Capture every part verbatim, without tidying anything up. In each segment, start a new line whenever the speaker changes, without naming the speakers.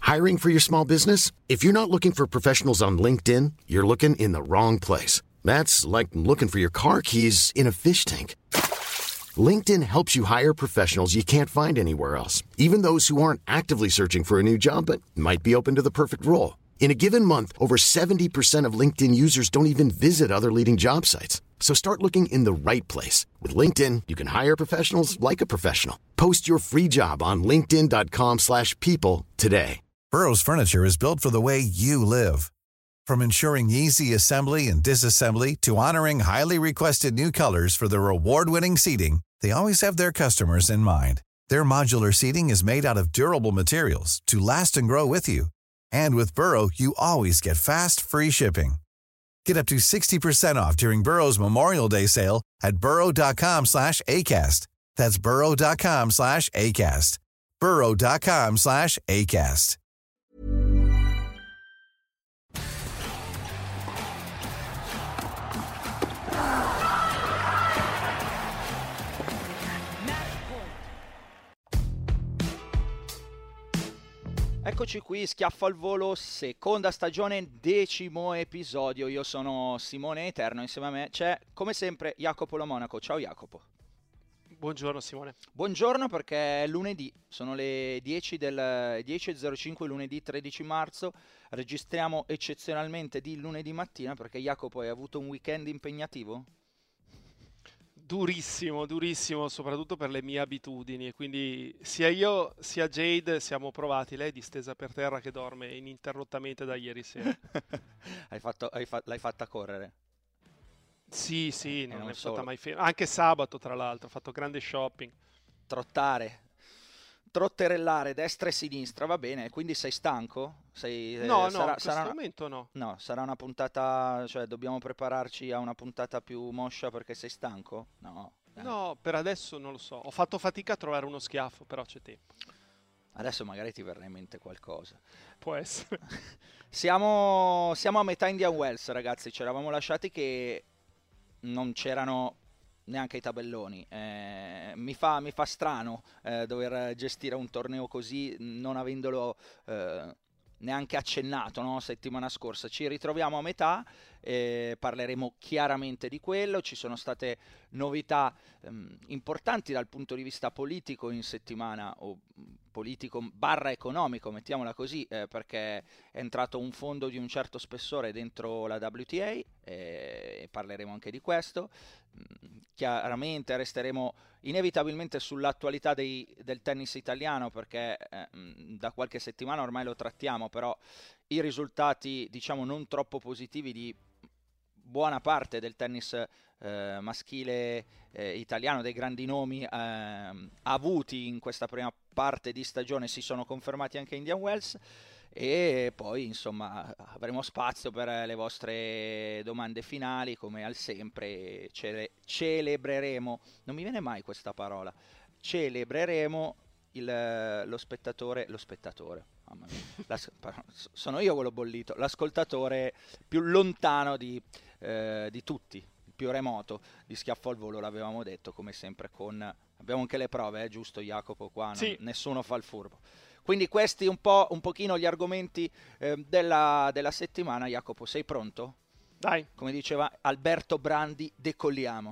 Hiring for your small business? If you're not looking for professionals on LinkedIn, you're looking in the wrong place. That's like looking for your car keys in a fish tank. LinkedIn helps you hire professionals you can't find anywhere else, even those who aren't actively searching for a new job but might be open to the perfect role. In a given month, over seventy percent of LinkedIn users don't even visit other leading job sites. So start looking in the right place. With LinkedIn, you can hire professionals like a professional. Post your free job on linkedin dot com slash people today.
Burrow's furniture is built for the way you live. From ensuring easy assembly and disassembly to honoring highly requested new colors for their award-winning seating, they always have their customers in mind. Their modular seating is made out of durable materials to last and grow with you. And with Burrow, you always get fast, free shipping. Get up to sixty percent off during Burrow's Memorial Day sale at burrow dot com slash ACAST. That's burrow dot com slash ACAST. burrow dot com slash ACAST.
Eccoci qui, Schiaffo al Volo, seconda stagione, decimo episodio. Io sono Simone Eterno, insieme a me c'è come sempre Jacopo Lo Monaco. Ciao Jacopo.
Buongiorno Simone.
Buongiorno, perché è lunedì, sono le dieci del dieci e zero cinque, lunedì tredici marzo. Registriamo eccezionalmente di lunedì mattina perché Jacopo hai avuto un weekend impegnativo?
Durissimo, durissimo, soprattutto per le mie abitudini, quindi sia io sia Jade siamo provati. Lei è distesa per terra che dorme ininterrottamente da ieri sera.
hai fatto, hai fa- l'hai fatta correre?
Sì, sì, non,
non
è
solo.
stata mai ferma. Anche sabato, tra l'altro, ho fatto grande shopping.
Trottare, trotterellare destra e sinistra, va bene, quindi sei stanco? Sei,
No,
eh,
no,
sarà,
in questo
sarà una-
momento no.
No, sarà una puntata, cioè dobbiamo prepararci a una puntata più moscia perché sei stanco? No. dai.
No, per adesso non lo so. Ho fatto fatica a trovare uno schiaffo, però c'è tempo.
Adesso magari ti verrà in mente qualcosa.
Può essere.
Siamo, siamo a metà Indian Wells, ragazzi, ci eravamo lasciati che non c'erano neanche i tabelloni. Eh, mi fa, mi fa strano eh, dover gestire un torneo così non avendolo eh, neanche accennato, no? Settimana scorsa. Ci ritroviamo a metà, eh, parleremo chiaramente di quello. Ci sono state novità ehm, importanti dal punto di vista politico in settimana, o politico barra economico, mettiamola così, eh, perché è entrato un fondo di un certo spessore dentro la W T A, eh, e parleremo anche di questo. Chiaramente resteremo inevitabilmente sull'attualità dei, del tennis italiano, perché eh, da qualche settimana ormai lo trattiamo, però i risultati, diciamo, non troppo positivi di buona parte del tennis eh, maschile eh, italiano, dei grandi nomi eh, avuti in questa prima parte di stagione, si sono confermati anche in Indian Wells. E poi insomma avremo spazio per le vostre domande finali, come al sempre. Cele- celebreremo, non mi viene mai questa parola, celebreremo il, lo spettatore, lo spettatore, mamma mia, l'as- sono io quello bollito, l'ascoltatore più lontano di, eh, di tutti, il più remoto di Schiaffo al Volo, l'avevamo detto, come sempre con... Abbiamo anche le prove, eh, giusto Jacopo? Qua non-
Sì.
nessuno fa il furbo. Quindi questi un po', un pochino gli argomenti eh, della, della settimana. Jacopo, sei pronto?
Dai.
Come diceva Alberto Brandi, decolliamo.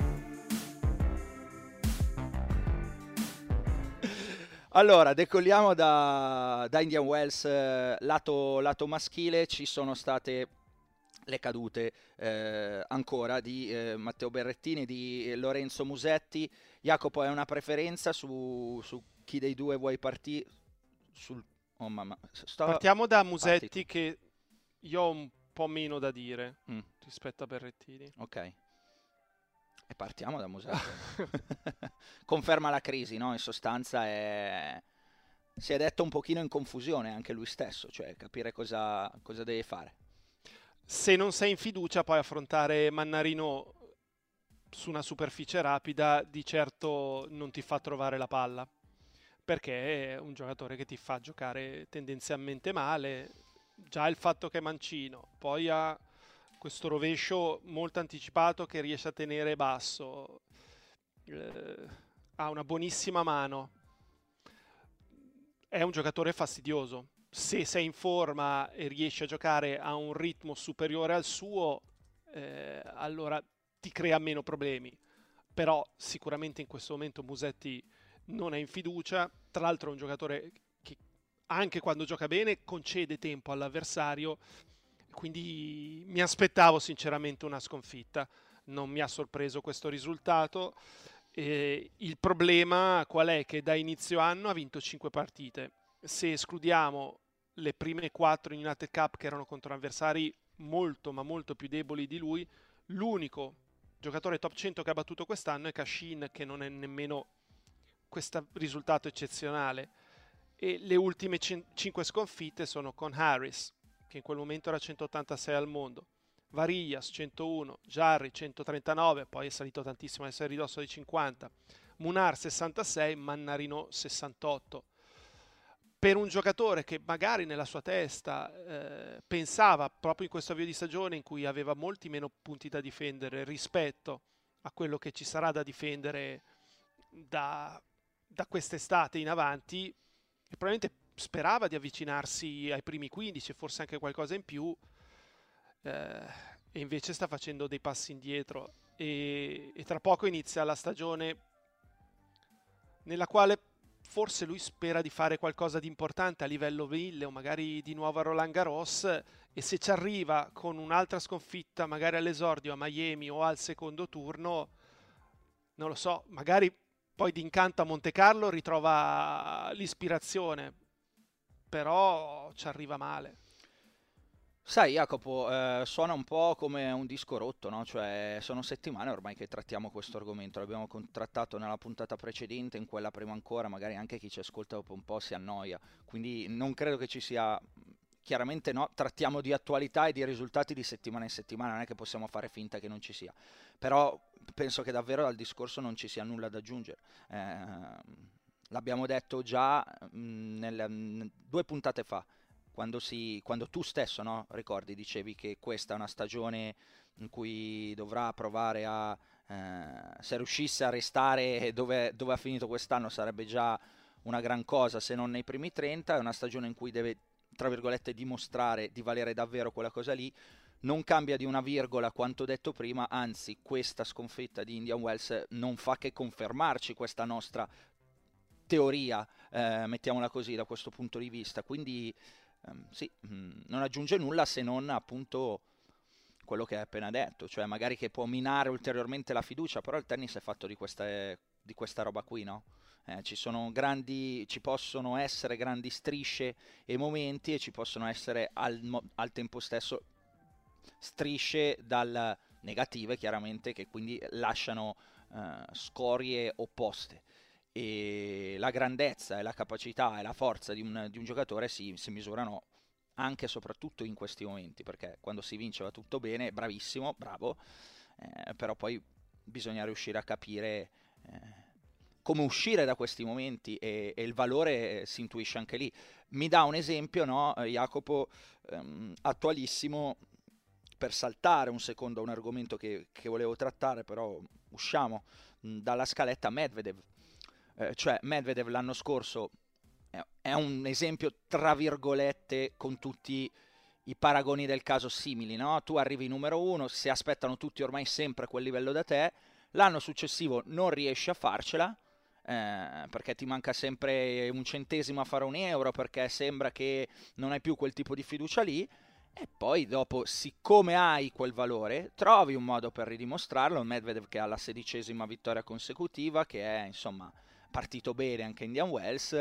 Allora, decolliamo da, da Indian Wells, eh, lato, lato maschile. Ci sono state le cadute eh, ancora di eh, Matteo Berrettini, di Lorenzo Musetti. Jacopo, hai una preferenza su, su chi dei due vuoi partire? Sul... Oh mamma, sto...
Partiamo da Musetti,
Parti tu.
che io ho un po' meno da dire
Mm,
rispetto a Berrettini.
ok. E partiamo da Musetti. Conferma la crisi, no? In sostanza è... si è detto un pochino in confusione anche lui stesso, cioè capire cosa, cosa deve fare.
Se non sei in fiducia, poi affrontare Mannarino su una superficie rapida di certo non ti fa trovare la palla, perché è un giocatore che ti fa giocare tendenzialmente male. Già il fatto che è mancino, poi ha questo rovescio molto anticipato che riesce a tenere basso, eh, ha una buonissima mano, è un giocatore fastidioso, se sei in forma e riesci a giocare a un ritmo superiore al suo, eh, allora ti crea meno problemi. Però sicuramente in questo momento Musetti non è in fiducia. Tra l'altro è un giocatore che anche quando gioca bene concede tempo all'avversario, quindi mi aspettavo sinceramente una sconfitta. Non mi ha sorpreso questo risultato. Eh, il problema qual è? Che da inizio anno ha vinto cinque partite. Se escludiamo le prime quattro in United Cup, che erano contro avversari molto ma molto più deboli di lui, l'unico giocatore top cento che ha battuto quest'anno è Cashin, che non è nemmeno questo risultato eccezionale. E le ultime cinque sconfitte sono con Harris, che in quel momento era centottantasei al mondo, Varillas centouno, Jarry centotrentanove, poi è salito tantissimo, adesso è ridosso di cinquanta, Munar sessantasei, Mannarino sessantotto. Per un giocatore che magari nella sua testa eh, pensava proprio in questo avvio di stagione in cui aveva molti meno punti da difendere rispetto a quello che ci sarà da difendere da, da quest'estate in avanti, e probabilmente sperava di avvicinarsi ai primi quindici, forse anche qualcosa in più, eh, e invece sta facendo dei passi indietro, e, e tra poco inizia la stagione nella quale forse lui spera di fare qualcosa di importante a livello mille o magari di nuovo a Roland Garros, e se ci arriva con un'altra sconfitta magari all'esordio a Miami o al secondo turno, non lo so, magari poi d'incanto a Monte Carlo ritrova l'ispirazione, però ci arriva male.
Sai Jacopo, eh, suona un po' come un disco rotto, no? Cioè sono settimane ormai che trattiamo questo argomento, l'abbiamo trattato nella puntata precedente, in quella prima ancora, magari anche chi ci ascolta dopo un po' si annoia, quindi non credo che ci sia, chiaramente no, trattiamo di attualità e di risultati di settimana in settimana, non è che possiamo fare finta che non ci sia, però penso che davvero dal discorso non ci sia nulla da aggiungere. Eh, l'abbiamo detto già mh, nel, mh, due puntate fa, Quando, si, quando tu stesso, no, ricordi, dicevi che questa è una stagione in cui dovrà provare a, eh, se riuscisse a restare dove, dove ha finito quest'anno sarebbe già una gran cosa, se non nei primi trenta, è una stagione in cui deve, tra virgolette, dimostrare di valere davvero quella cosa lì. Non cambia di una virgola quanto detto prima, anzi questa sconfitta di Indian Wells non fa che confermarci questa nostra teoria, eh, mettiamola così, da questo punto di vista, quindi Um, sì, mh, non aggiunge nulla se non appunto quello che hai appena detto, cioè magari che può minare ulteriormente la fiducia, però il tennis è fatto di, queste, di questa roba qui, no? Eh, ci sono grandi, ci possono essere grandi strisce e momenti, e ci possono essere al, al tempo stesso strisce dal negative, chiaramente, che quindi lasciano uh, scorie opposte. E la grandezza e la capacità e la forza di un, di un giocatore si, si misurano anche e soprattutto in questi momenti, perché quando si vince va tutto bene, bravissimo, bravo, eh, però poi bisogna riuscire a capire eh, come uscire da questi momenti, e, e il valore si intuisce anche lì. Mi dà un esempio, no, Jacopo, ehm, attualissimo, per saltare un secondo a un argomento che, che volevo trattare, però usciamo mh, dalla scaletta. Medvedev. Eh, cioè Medvedev l'anno scorso è, è un esempio tra virgolette, con tutti i paragoni del caso simili, no? Tu arrivi numero uno, si aspettano tutti ormai sempre a quel livello da te, l'anno successivo non riesci a farcela eh, perché ti manca sempre un centesimo a fare un euro, perché sembra che non hai più quel tipo di fiducia lì, e poi dopo, siccome hai quel valore, trovi un modo per ridimostrarlo. Medvedev che ha la sedicesima vittoria consecutiva, che è insomma partito bene anche Indian Wells,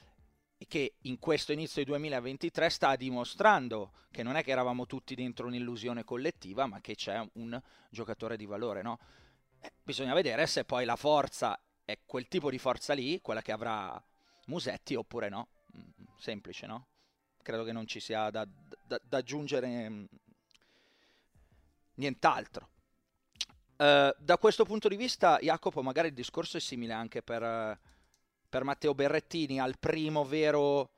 e che in questo inizio di duemilaventitré sta dimostrando che non è che eravamo tutti dentro un'illusione collettiva, ma che c'è un giocatore di valore, no? Eh, bisogna vedere se poi la forza è quel tipo di forza lì, quella che avrà Musetti, oppure no. Semplice, no? Credo che non ci sia da, da, da aggiungere nient'altro. Uh, da questo punto di vista, Jacopo, magari il discorso è simile anche per, uh, per Matteo Berrettini, al primo vero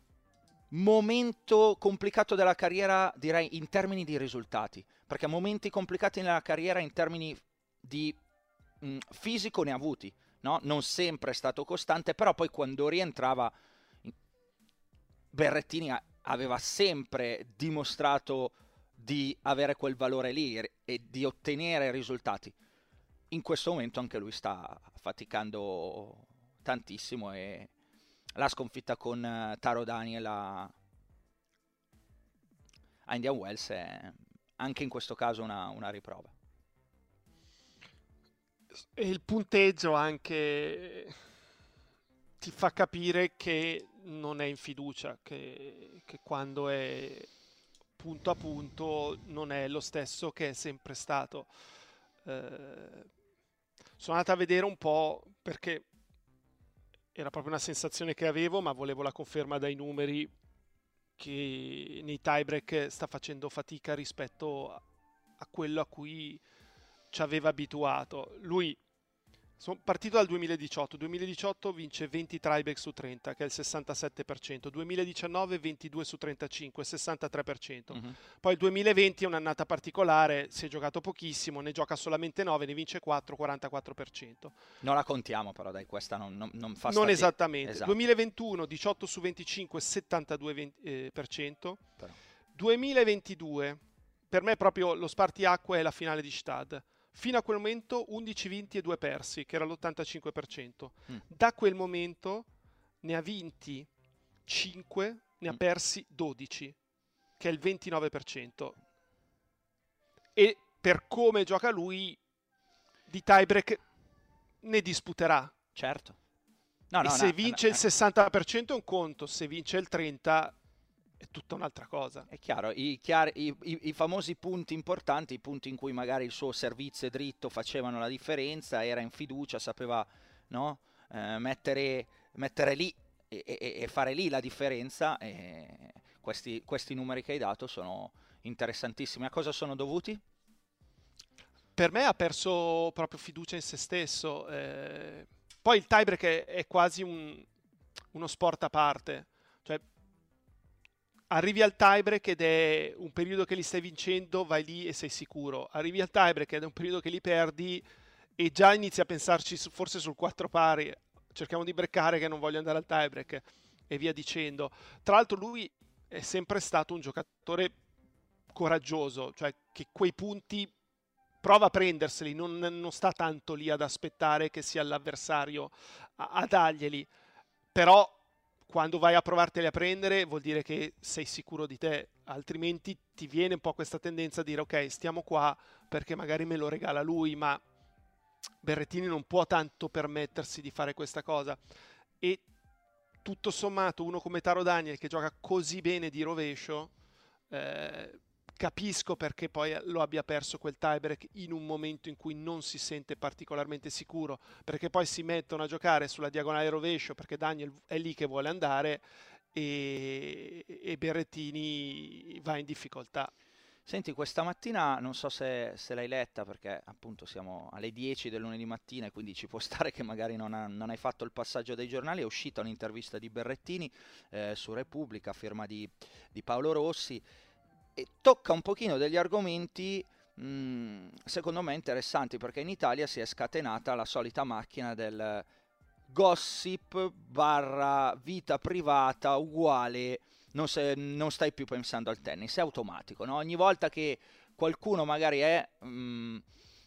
momento complicato della carriera, direi in termini di risultati, perché momenti complicati nella carriera in termini di mh, fisico ne ha avuti, no? Non sempre è stato costante, però poi quando rientrava Berrettini a- aveva sempre dimostrato di avere quel valore lì e di ottenere risultati. In questo momento anche lui sta faticando tantissimo e la sconfitta con uh, Taro Daniel a, a Indian Wells è anche in questo caso una, una riprova.
E il punteggio anche ti fa capire che non è in fiducia, che, che quando è punto a punto non è lo stesso che è sempre stato. Eh, sono andato a vedere un po' perché era proprio una sensazione che avevo, ma volevo la conferma dai numeri che nei tiebreak sta facendo fatica rispetto a, a quello a cui ci aveva abituato. Lui sono partito dal duemiladiciotto, duemiladiciotto vince venti tiebreak su trenta, che è il sessantasette per cento, duemiladiciannove ventidue su trentacinque, sessantatré per cento. Uh-huh. Poi il duemilaventi è un'annata particolare, si è giocato pochissimo, ne gioca solamente nove, ne vince quattro, quarantaquattro per cento.
Non la contiamo però, dai, questa non, non, non fa
Non
stati...
esattamente.
Esatto.
duemilaventuno diciotto su venticinque, settantadue per cento.
Però.
duemilaventidue, per me proprio lo spartiacque è la finale di Stade. Fino a quel momento undici vinti e due persi, che era l'ottantacinque per cento. Mm. Da quel momento ne ha vinti cinque, ne ha persi dodici, che è il ventinove per cento. E per come gioca lui, di tiebreak ne disputerà.
Certo.
No, no, e se no, vince no, il sessanta per cento è un conto, se vince il trenta per cento è tutta un'altra cosa.
È chiaro, i, chiari, i, i, i famosi punti importanti, i punti in cui magari il suo servizio dritto facevano la differenza, era in fiducia, sapeva, no? eh, mettere, mettere lì e, e, e fare lì la differenza. E questi, questi numeri che hai dato sono interessantissimi. A cosa sono dovuti?
Per me ha perso proprio fiducia in se stesso. Eh, poi il tiebreak è, è quasi un, uno sport a parte. Cioè, arrivi al tiebreak ed è un periodo che li stai vincendo, vai lì e sei sicuro. Arrivi al tiebreak ed è un periodo che li perdi e già inizi a pensarci su, forse sul quattro pari. Cerchiamo di breccare che non voglio andare al tiebreak e via dicendo. Tra l'altro lui è sempre stato un giocatore coraggioso, cioè che quei punti prova a prenderseli, non, non sta tanto lì ad aspettare che sia l'avversario a, a darglieli. Però quando vai a provarteli a prendere vuol dire che sei sicuro di te, altrimenti ti viene un po' questa tendenza a dire ok, stiamo qua perché magari me lo regala lui, ma Berrettini non può tanto permettersi di fare questa cosa. E tutto sommato uno come Taro Daniel che gioca così bene di rovescio, eh, capisco perché poi lo abbia perso quel tiebreak in un momento in cui non si sente particolarmente sicuro, perché poi si mettono a giocare sulla diagonale rovescio perché Daniel è lì che vuole andare e, e Berrettini va in difficoltà.
Senti, questa mattina non so se, se l'hai letta, perché appunto siamo alle dieci del lunedì mattina e quindi ci può stare che magari non, ha, non hai fatto il passaggio dei giornali. È uscita un'intervista di Berrettini eh, su Repubblica a firma di, di Paolo Rossi e tocca un pochino degli argomenti mh, secondo me interessanti, perché in Italia si è scatenata la solita macchina del gossip barra vita privata uguale non, se, non stai più pensando al tennis, è automatico, no? Ogni volta che qualcuno magari è mh,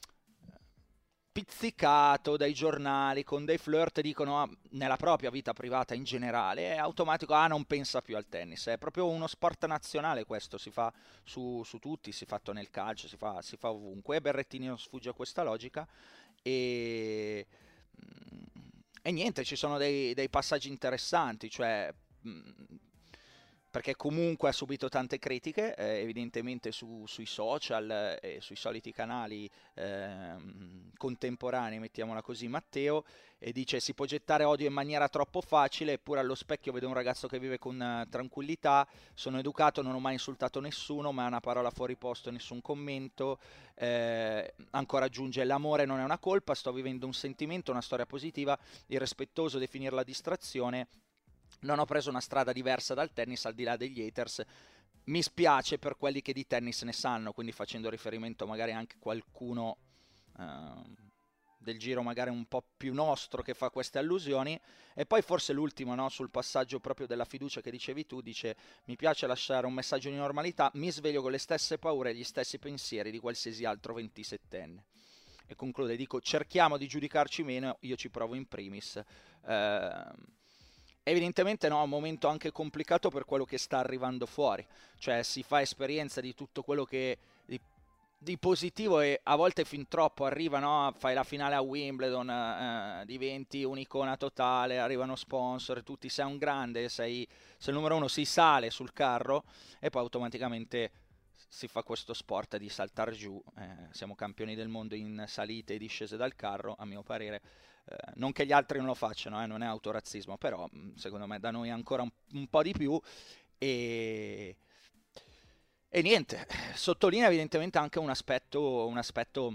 pizzicato dai giornali con dei flirt, dicono ah, nella propria vita privata in generale, è automatico, ah non pensa più al tennis, è proprio uno sport nazionale questo, si fa su, su tutti, si è fatto nel calcio, si fa, si fa ovunque, e Berrettini non sfugge a questa logica e, e niente, ci sono dei, dei passaggi interessanti, cioè perché comunque ha subito tante critiche, eh, evidentemente su, sui social e eh, sui soliti canali eh, contemporanei, mettiamola così, Matteo, e dice si può gettare odio in maniera troppo facile, eppure allo specchio vedo un ragazzo che vive con uh, tranquillità, sono educato, non ho mai insultato nessuno, ma è una parola fuori posto, nessun commento, eh, ancora aggiunge l'amore non è una colpa, sto vivendo un sentimento, una storia positiva, irrispettoso definirla distrazione. Non ho preso una strada diversa dal tennis al di là degli haters, mi spiace per quelli che di tennis ne sanno, quindi facendo riferimento magari anche a qualcuno eh, del giro magari un po' più nostro che fa queste allusioni. E poi forse l'ultimo, no, sul passaggio proprio della fiducia che dicevi tu, dice: mi piace lasciare un messaggio di normalità, mi sveglio con le stesse paure e gli stessi pensieri di qualsiasi altro ventisettenne. E conclude, dico, cerchiamo di giudicarci meno, io ci provo in primis. Eh, evidentemente no, è un momento anche complicato per quello che sta arrivando fuori, cioè si fa esperienza di tutto quello che di, di positivo, e a volte fin troppo arriva, no? Fai la finale a Wimbledon, eh, diventi un'icona totale, arrivano sponsor, tutti sei un grande, sei, sei il numero uno, si sale sul carro e poi automaticamente si fa questo sport di saltar giù. Eh, siamo campioni del mondo in salite e discese dal carro, a mio parere. Eh, non che gli altri non lo facciano, eh, non è autorazzismo, però secondo me da noi ancora un, un po' di più. E, e niente, sottolinea evidentemente anche un aspetto, un aspetto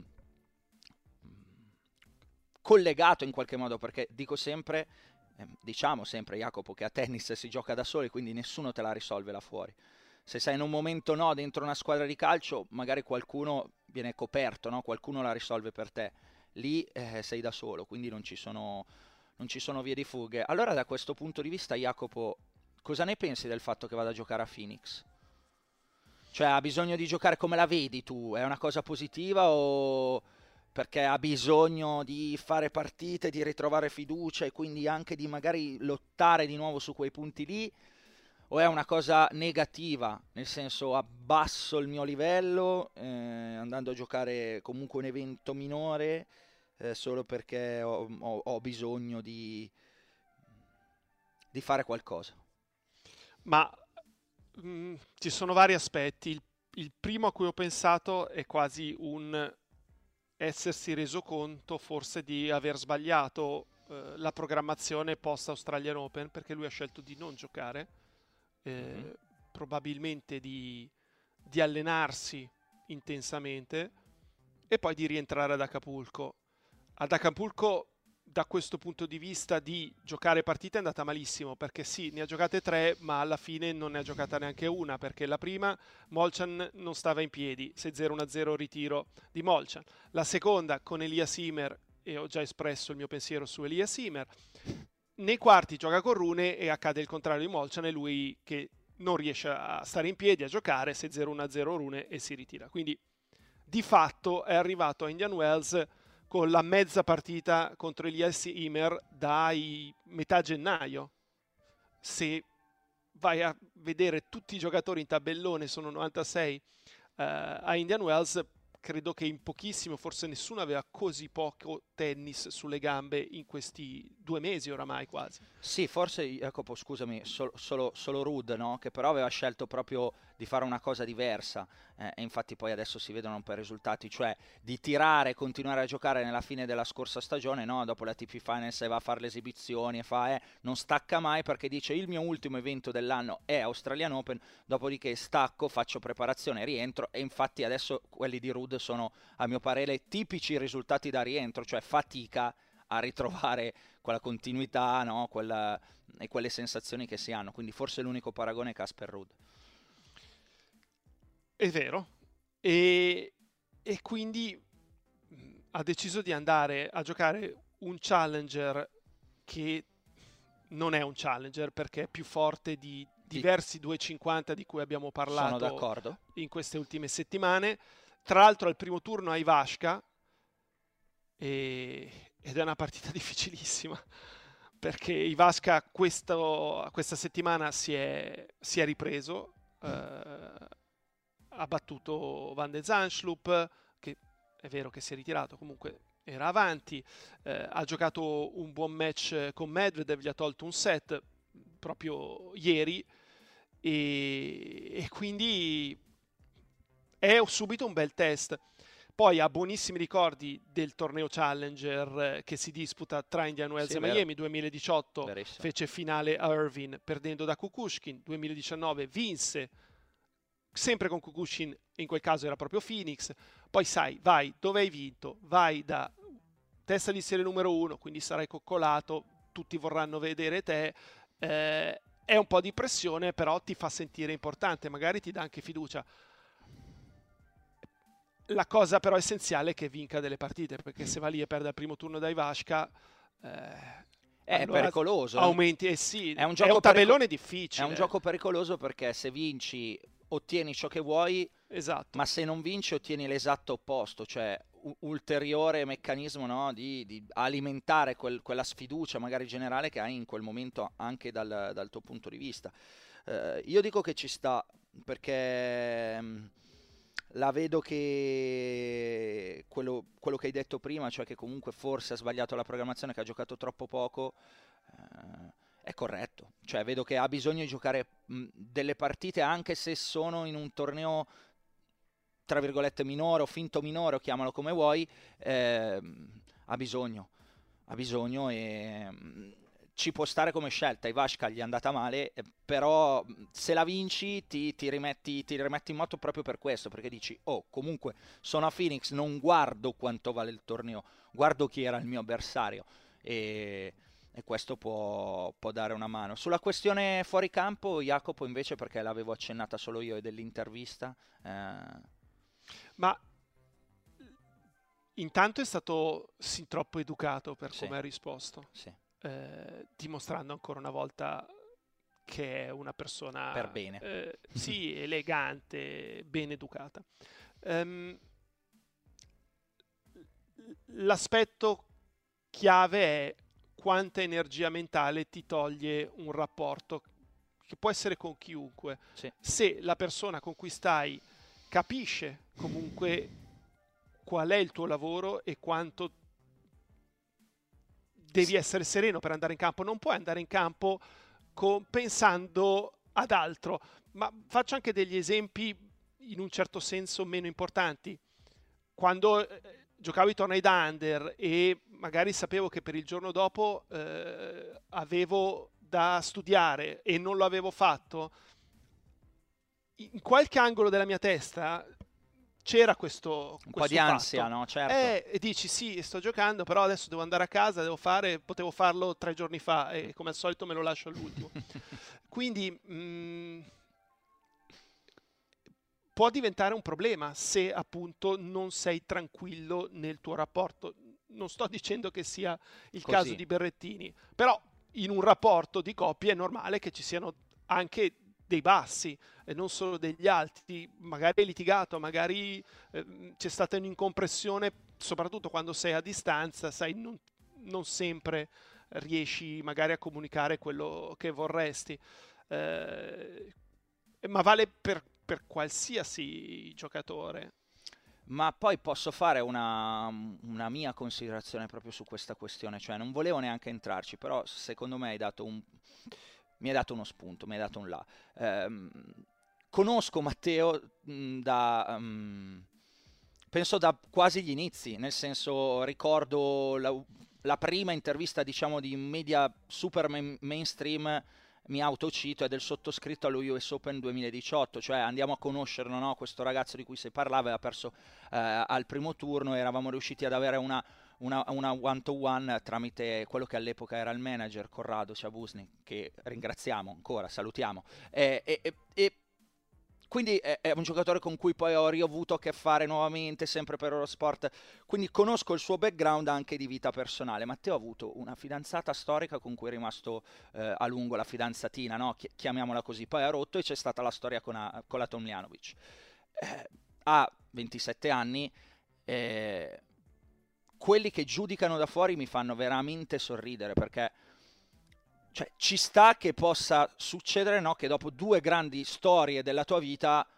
collegato in qualche modo, perché dico sempre, eh, diciamo sempre, Jacopo, che a tennis si gioca da soli, quindi nessuno te la risolve là fuori. Se sei in un momento no dentro una squadra di calcio, magari qualcuno viene coperto, no? Qualcuno la risolve per te. Lì eh, sei da solo, quindi non ci sono, non ci sono vie di fughe. Allora da questo punto di vista, Jacopo, cosa ne pensi del fatto che vada a giocare a Phoenix? Cioè, ha bisogno di giocare, come la vedi tu? È una cosa positiva o perché ha bisogno di fare partite, di ritrovare fiducia e quindi anche di magari lottare di nuovo su quei punti lì? O è una cosa negativa, nel senso abbasso il mio livello eh, andando a giocare comunque un evento minore eh, solo perché ho, ho, ho bisogno di, di fare qualcosa?
Ma mh, ci sono vari aspetti. Il, il primo a cui ho pensato è quasi un essersi reso conto forse di aver sbagliato eh, la programmazione post Australian Open, perché lui ha scelto di non giocare. Eh, mm-hmm. Probabilmente di, di allenarsi intensamente e poi di rientrare ad Acapulco. Ad Acapulco, da questo punto di vista di giocare partite, è andata malissimo, perché sì, ne ha giocate tre, ma alla fine non ne ha giocata neanche una, perché la prima Molchan non stava in piedi, sei zero uno zero ritiro di Molchan. La seconda con Elias Ymer, e ho già espresso il mio pensiero su Elias Ymer. Nei quarti gioca con Rune e accade il contrario di Molchan, è lui che non riesce a stare in piedi, a giocare, sei zero uno zero Rune e si ritira. Quindi di fatto è arrivato a Indian Wells con la mezza partita contro Elias Ymer dai metà gennaio. Se vai a vedere tutti i giocatori in tabellone, sono novantasei uh, a Indian Wells, credo che in pochissimo, forse nessuno aveva così poco tennis sulle gambe in questi due mesi oramai quasi.
Sì, forse, Jacopo, scusami, sol- solo, solo Ruud, no? Che però aveva scelto proprio di fare una cosa diversa, eh, e infatti poi adesso si vedono un po' i risultati, cioè di tirare e continuare a giocare nella fine della scorsa stagione, no? Dopo la T P Finals e va a fare le esibizioni e fa, eh, non stacca mai perché dice il mio ultimo evento dell'anno è Australian Open, dopodiché stacco, faccio preparazione, rientro, e infatti adesso quelli di Ruud sono, a mio parere, tipici risultati da rientro, cioè fatica a ritrovare quella continuità, no? Quella, e quelle sensazioni che si hanno, quindi forse l'unico paragone è Casper Ruud.
È vero, e, e quindi ha deciso di andare a giocare un challenger che non è un challenger, perché è più forte di diversi duecentocinquanta di cui abbiamo parlato.
Sono d'accordo.
In queste ultime settimane. Tra l'altro al primo turno a Ivashka, e, ed è una partita difficilissima, perché Ivashka questo, questa settimana si è, si è ripreso, eh, ha battuto Van de Zandschulp, che è vero che si è ritirato, comunque era avanti, eh, ha giocato un buon match con Medvedev, gli ha tolto un set proprio ieri, e, e quindi è subito un bel test. Poi ha buonissimi ricordi del torneo Challenger che si disputa tra Indian Wells sì, e Miami. duemiladiciotto Verissimo. Fece finale a Irvine perdendo da Kukushkin. duemiladiciannove vinse sempre con Kukushkin, in quel caso era proprio Phoenix. Poi sai, vai dove hai vinto, vai da testa di serie numero uno, quindi sarai coccolato, tutti vorranno vedere te, eh, è un po' di pressione, però ti fa sentire importante, magari ti dà anche fiducia. la cosa però essenziale è che vinca delle partite, perché se va lì e perde al primo turno dai Ivashka, eh,
è
allora
pericoloso.
Aumenti, eh sì,
è un,
è un tabellone
perico-
difficile.
È un gioco pericoloso perché se vinci ottieni ciò che vuoi,
esatto.
ma se non vinci ottieni l'esatto opposto, cioè un ulteriore meccanismo, no, di, di alimentare quel, quella sfiducia magari generale che hai in quel momento anche dal, dal tuo punto di vista. Uh, io dico che ci sta perché mh, la vedo che quello, quello che hai detto prima, cioè che comunque forse ha sbagliato la programmazione, che ha giocato troppo poco, uh, è corretto. Cioè vedo che ha bisogno di giocare mh, delle partite anche se sono in un torneo tra virgolette minore o finto minore, o chiamalo come vuoi, eh, ha bisogno, ha bisogno e mh, ci può stare come scelta. Ivashka gli è andata male, eh, però se la vinci ti, ti, rimetti, ti rimetti in moto proprio per questo, perché dici, oh, comunque sono a Phoenix, non guardo quanto vale il torneo, guardo chi era il mio avversario, e, e questo può, può dare una mano. Sulla questione fuori campo, Jacopo, invece, perché l'avevo accennata solo io e dell'intervista, eh,
ma intanto è stato sin troppo educato per
sì,
come ha risposto,
sì.
eh, dimostrando ancora una volta che è una persona
per bene,
eh, sì, elegante, ben educata. Um, l'aspetto chiave è quanta energia mentale ti toglie un rapporto che può essere con chiunque,
sì.
Se la persona con cui stai capisce comunque qual è il tuo lavoro e quanto devi essere sereno per andare in campo. Non puoi andare in campo con, pensando ad altro. Ma faccio anche degli esempi in un certo senso meno importanti. Quando eh, giocavo i tornei da under e magari sapevo che per il giorno dopo eh, avevo da studiare e non lo avevo fatto, in qualche angolo della mia testa c'era questo,
un
questo
po' di
fatto.
ansia, no? Certo.
Eh, e dici sì, sto giocando, però adesso devo andare a casa, devo fare, potevo farlo tre giorni fa e come al solito me lo lascio all'ultimo. Quindi mh, può diventare un problema se appunto non sei tranquillo nel tuo rapporto. Non sto dicendo che sia il
Così.
caso di Berrettini, però in un rapporto di coppia è normale che ci siano anche dei bassi e non solo degli alti. Magari hai litigato, magari eh, c'è stata un'incompressione, soprattutto quando sei a distanza, sai, non, non sempre riesci magari a comunicare quello che vorresti, eh, ma vale per, per qualsiasi giocatore.
Ma poi posso fare una, una mia considerazione proprio su questa questione, cioè non volevo neanche entrarci, però secondo me hai dato un, mi hai dato uno spunto, mi hai dato un là. Um, conosco Matteo mh, da, um, penso da quasi gli inizi, nel senso ricordo la, la prima intervista, diciamo, di media super main, mainstream, mi autocito, è del sottoscritto allo U S Open duemiladiciotto, cioè andiamo a conoscerlo, no? Questo ragazzo di cui si parlava aveva perso eh, al primo turno e eravamo riusciti ad avere una, una, una one-to-one tramite quello che all'epoca era il manager, Corrado Ciabusni, che ringraziamo ancora, salutiamo. E, e, e, e quindi è, è un giocatore con cui poi ho riavuto a che fare nuovamente, sempre per Eurosport, quindi conosco il suo background anche di vita personale. Matteo ha avuto una fidanzata storica con cui è rimasto eh, a lungo, la fidanzatina, no? Chi- chiamiamola così, poi ha rotto e c'è stata la storia con, a, con la Tomljanovic. Eh, ha ventisette anni, eh, quelli che giudicano da fuori mi fanno veramente sorridere, perché cioè, ci sta che possa succedere, no? Che dopo due grandi storie della tua vita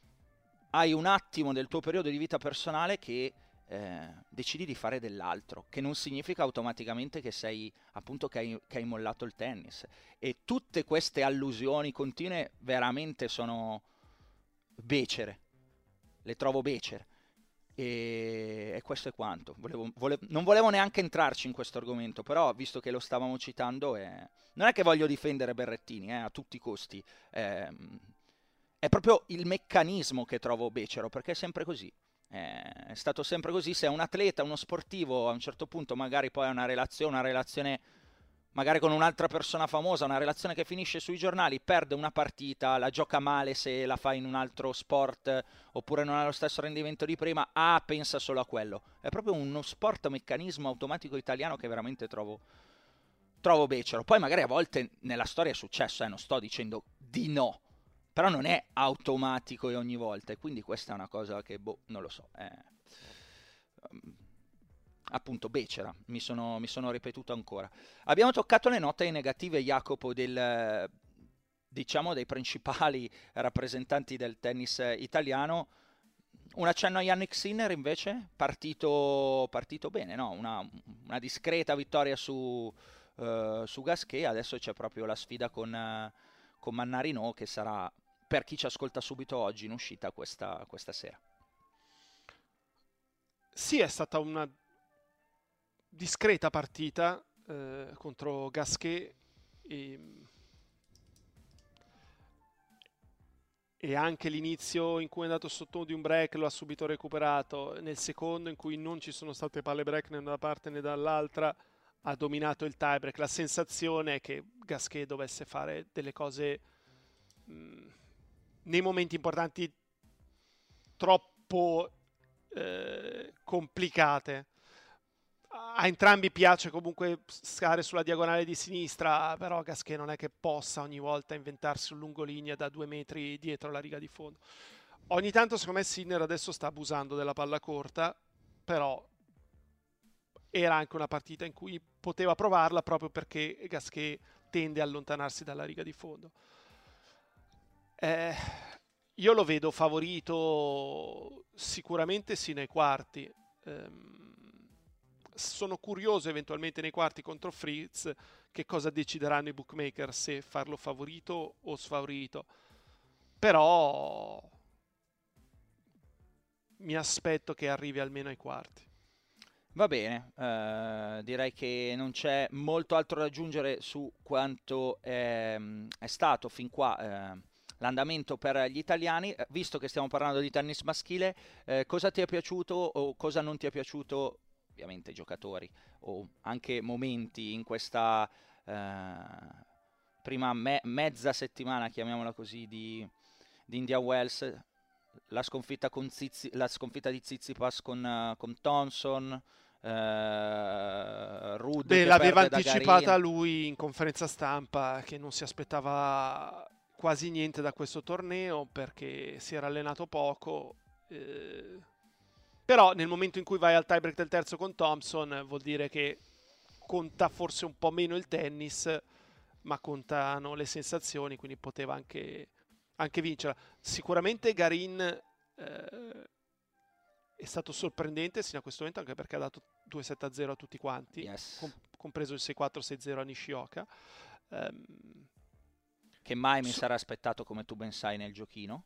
hai un attimo del tuo periodo di vita personale che eh, decidi di fare dell'altro, che non significa automaticamente che sei, appunto, che hai, che hai mollato il tennis. E tutte queste allusioni continue veramente sono becere, le trovo becere. E, e questo è quanto. Volevo, volevo, non volevo neanche entrarci in questo argomento, però visto che lo stavamo citando, eh, non è che voglio difendere Berrettini eh, a tutti i costi, eh, è proprio il meccanismo che trovo becero, perché è sempre così. Eh, è stato sempre così. Se è un atleta, uno sportivo, a un certo punto magari poi ha una relazione, una relazione magari con un'altra persona famosa, una relazione che finisce sui giornali, perde una partita, la gioca male se la fa in un altro sport oppure non ha lo stesso rendimento di prima, ah, pensa solo a quello. È proprio uno sport meccanismo automatico italiano che veramente trovo, trovo becero. Poi magari a volte nella storia è successo, eh, non sto dicendo di no, però non è automatico e ogni volta, e quindi questa è una cosa che, boh, non lo so, è... appunto becera, mi sono, mi sono ripetuto ancora. Abbiamo toccato le note negative, Jacopo, del, diciamo, dei principali rappresentanti del tennis italiano. Un accenno a Jannik Sinner invece, partito, partito bene, no? Una, una discreta vittoria su, uh, su Gasquet. Adesso c'è proprio la sfida con, uh, con Mannarino, che sarà, per chi ci ascolta subito oggi, in uscita questa, questa sera.
Sì, è stata una discreta partita eh, contro Gasquet e, e anche l'inizio in cui è andato sotto di un break lo ha subito recuperato, nel secondo in cui non ci sono state palle break né da una parte né dall'altra ha dominato il tie break. La sensazione è che Gasquet dovesse fare delle cose mh, nei momenti importanti troppo eh, complicate. A entrambi piace comunque stare sulla diagonale di sinistra, però Gasquet non è che possa ogni volta inventarsi un lungolinea da due metri dietro la riga di fondo. Ogni tanto secondo me Sinner adesso sta abusando della palla corta, però era anche una partita in cui poteva provarla proprio perché Gasquet tende a allontanarsi dalla riga di fondo. Eh, io lo vedo favorito sicuramente sì nei quarti. Ehm, sono curioso eventualmente nei quarti contro Fritz che cosa decideranno i bookmaker, se farlo favorito o sfavorito, però mi aspetto che arrivi almeno ai quarti.
Va bene, eh, direi che non c'è molto altro da aggiungere su quanto è, è stato fin qua eh, l'andamento per gli italiani. Visto che stiamo parlando di tennis maschile, eh, cosa ti è piaciuto o cosa non ti è piaciuto, ovviamente giocatori o anche momenti in questa eh, prima me- mezza settimana, chiamiamola così, di, di Indian Wells, la sconfitta, con Zizi, la sconfitta di Tsitsipas con, uh, con Thompson, Uh, Ruud.
Beh,
che
l'aveva
perde da
anticipata
Garin.
lui in conferenza stampa che non si aspettava quasi niente da questo torneo perché si era allenato poco, eh, però nel momento in cui vai al tiebreak del terzo con Thompson vuol dire che conta forse un po' meno il tennis ma contano le sensazioni, quindi poteva anche, anche vincerla. Sicuramente Garin eh, è stato sorprendente sino a questo momento, anche perché ha dato due sette a zero a tutti quanti,
Yes.
com- compreso il sei quattro sei zero a Nishioka. Um,
che mai mi
so-
sarà aspettato, come tu ben sai, nel giochino.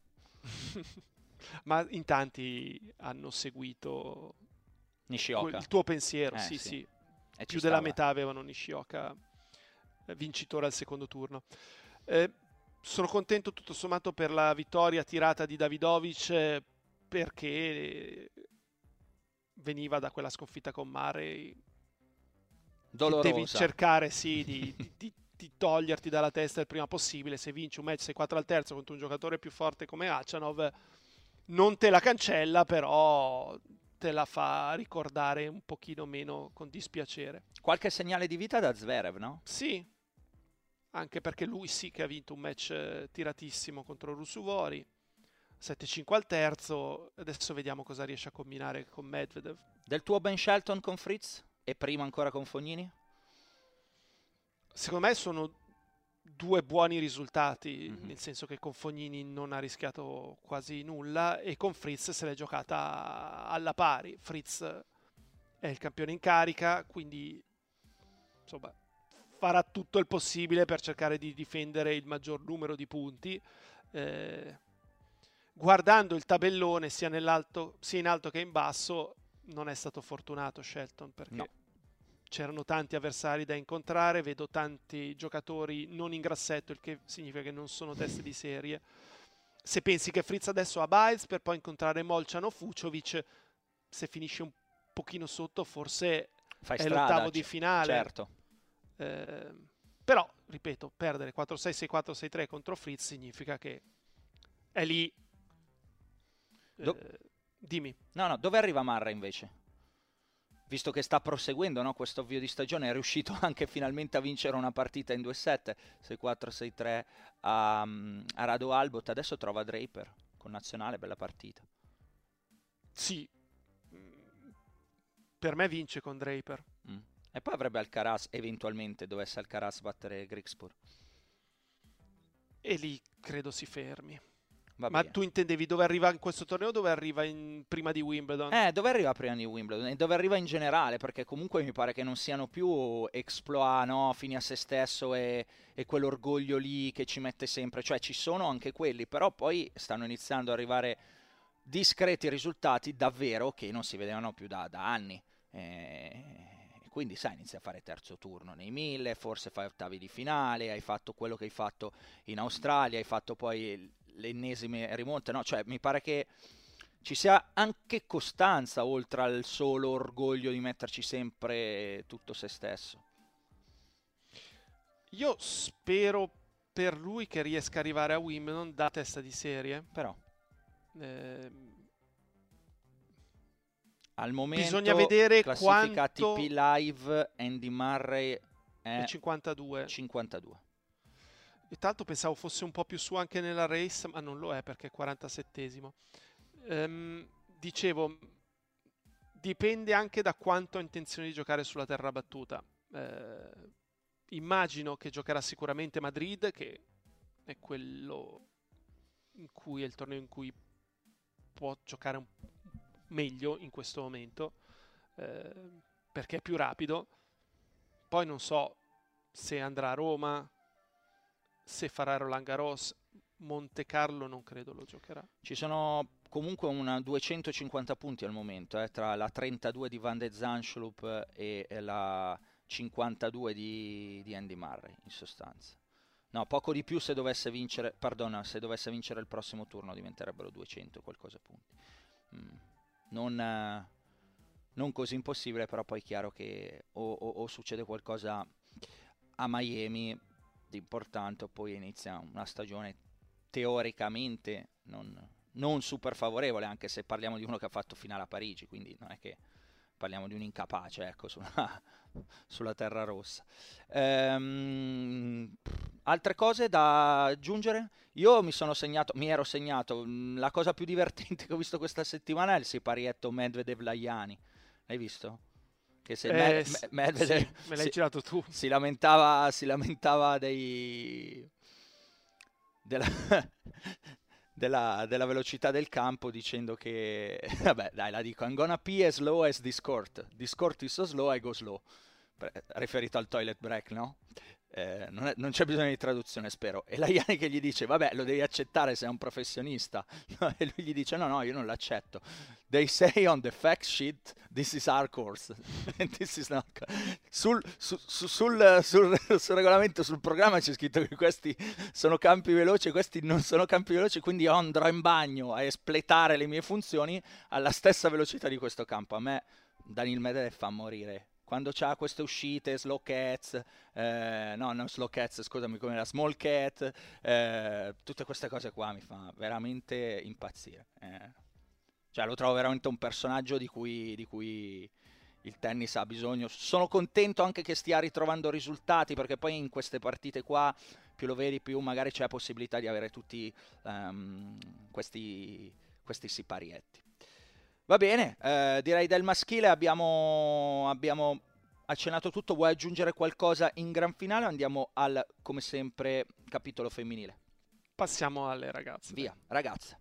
Ma in tanti hanno seguito
Nishioka.
il tuo pensiero,
eh,
sì,
sì,
sì.
E
Più
ci
della
stava.
metà avevano Nishioka eh, vincitore al secondo turno. Eh, sono contento tutto sommato per la vittoria tirata di Davidovic, eh, perché veniva da quella sconfitta con Murray
Dolorosa.
devi cercare sì di, di, di, di toglierti dalla testa il prima possibile. Se vinci un match sei quattro al terzo contro un giocatore più forte come Achanov, non te la cancella, però te la fa ricordare un pochino meno con dispiacere.
Qualche segnale di vita da Zverev, no?
Sì, anche perché lui sì che ha vinto un match eh, tiratissimo contro Rusuvori, sette cinque al terzo. Adesso vediamo cosa riesce a combinare con Medvedev.
Del tuo Ben Shelton con Fritz e prima ancora con Fognini?
Secondo me sono due buoni risultati,
Mm-hmm.
nel senso che con Fognini non ha rischiato quasi nulla e con Fritz se l'è giocata alla pari. Fritz è il campione in carica, quindi insomma farà tutto il possibile per cercare di difendere il maggior numero di punti. Eh, guardando il tabellone sia, nell'alto, sia in alto che in basso, non è stato fortunato Shelton, perché
no.
C'erano tanti avversari da incontrare, vedo tanti giocatori non in grassetto, il che significa che non sono teste di serie. Se pensi che Fritz adesso ha Biles per poi incontrare Molchan o Fuciovic, se finisce un pochino sotto forse
Fai
è
strada,
l'ottavo di
c-
finale.
Certo.
Eh, però, ripeto, perdere quattro sei sei quattro sei tre contro Fritz significa che è lì.
Do-
eh, dimmi.
No, no, dove arriva Marra invece? Visto che sta proseguendo, no, questo avvio di stagione, è riuscito anche finalmente a vincere una partita in due sette, sei quattro sei tre a, a Rado Albot. Adesso trova Draper con Nazionale, bella partita.
Sì, per me vince con Draper.
Mm. E poi avrebbe Alcaraz, eventualmente dovesse Alcaraz battere Grigspur.
E lì credo si fermi.
Va
Ma
bene.
tu intendevi dove arriva in questo torneo o dove arriva in, prima di Wimbledon?
Eh, dove arriva prima di Wimbledon? E dove arriva in generale? Perché comunque mi pare che non siano più exploit, no? Fini a se stesso e, e quell'orgoglio lì che ci mette sempre. Cioè ci sono anche quelli, però poi stanno iniziando ad arrivare discreti risultati davvero che non si vedevano più da, da anni. E quindi sai, inizia a fare terzo turno nei mille, forse fai ottavi di finale, hai fatto quello che hai fatto in Australia, hai fatto poi le ennesime rimonte, no? Cioè mi pare che ci sia anche costanza oltre al solo orgoglio di metterci sempre tutto se stesso.
Io spero per lui che riesca a arrivare a Wimbledon da testa di serie.
Però
Eh,
al momento
bisogna vedere
classifica
quanto...
T P Live, Andy Murray è
cinquantadue.
cinquantadue.
E tanto pensavo fosse un po' più su anche nella race, ma non lo è perché è quarantasettesimo. Ehm, dicevo, dipende anche da quanto ha intenzione di giocare sulla terra battuta. Eh, immagino che giocherà sicuramente Madrid, che è quello in cui è il torneo in cui può giocare un meglio in questo momento, eh, perché è più rapido. Poi non so se andrà a Roma, se farà Roland Garros. Monte Carlo non credo lo giocherà.
Ci sono comunque una duecentocinquanta punti al momento, eh, tra la trentadue di Van de Zandschulp e, e la cinquantadue di, di Andy Murray, in sostanza. No, poco di più se dovesse vincere, perdona, se dovesse vincere il prossimo turno diventerebbero duecento qualcosa punti. Mm. Non, eh, non così impossibile, però poi è chiaro che o, o, o succede qualcosa a Miami di importante o poi inizia una stagione teoricamente non, non super favorevole, anche se parliamo di uno che ha fatto finale a Parigi, quindi non è che parliamo di un incapace, ecco, sulla, sulla terra rossa. Ehm, altre cose da aggiungere? Io mi sono segnato, mi ero segnato, la cosa più divertente che ho visto questa settimana è il siparietto Medvedev-Lajani. L'hai visto? Che se
Eh,
Med-
sì,
Medvedev
sì, me l'hai
si,
girato tu.
si lamentava, si lamentava dei... della... Della, della velocità del campo, dicendo che vabbè dai la dico, I'm gonna pee as slow as this court, this court is so slow I go slow, riferito al toilet break, no? Eh, non, è, non c'è bisogno di traduzione, spero. E la Iani che gli dice vabbè lo devi accettare, sei un professionista, no? E lui gli dice no no io non l'accetto, they say on the fact sheet this is our course and this is not... sul, su, su, sul, sul, sul regolamento, sul programma c'è scritto che questi sono campi veloci, questi non sono campi veloci, quindi io andrò in bagno a espletare le mie funzioni alla stessa velocità di questo campo. A me Daniil Medvedev fa morire quando c'ha queste uscite, slow cats, eh, no, non slow cats, scusami, come la small cat, eh, tutte queste cose qua mi fa veramente impazzire. Eh. Cioè lo trovo veramente un personaggio di cui, di cui il tennis ha bisogno. Sono contento anche che stia ritrovando risultati, perché poi in queste partite qua, più lo vedi, più magari c'è la possibilità di avere tutti um, questi, questi siparietti. Va bene, eh, direi del maschile abbiamo, abbiamo accennato tutto. Vuoi aggiungere qualcosa in gran finale o andiamo al, come sempre, capitolo femminile?
Passiamo alle ragazze.
Via, ragazze.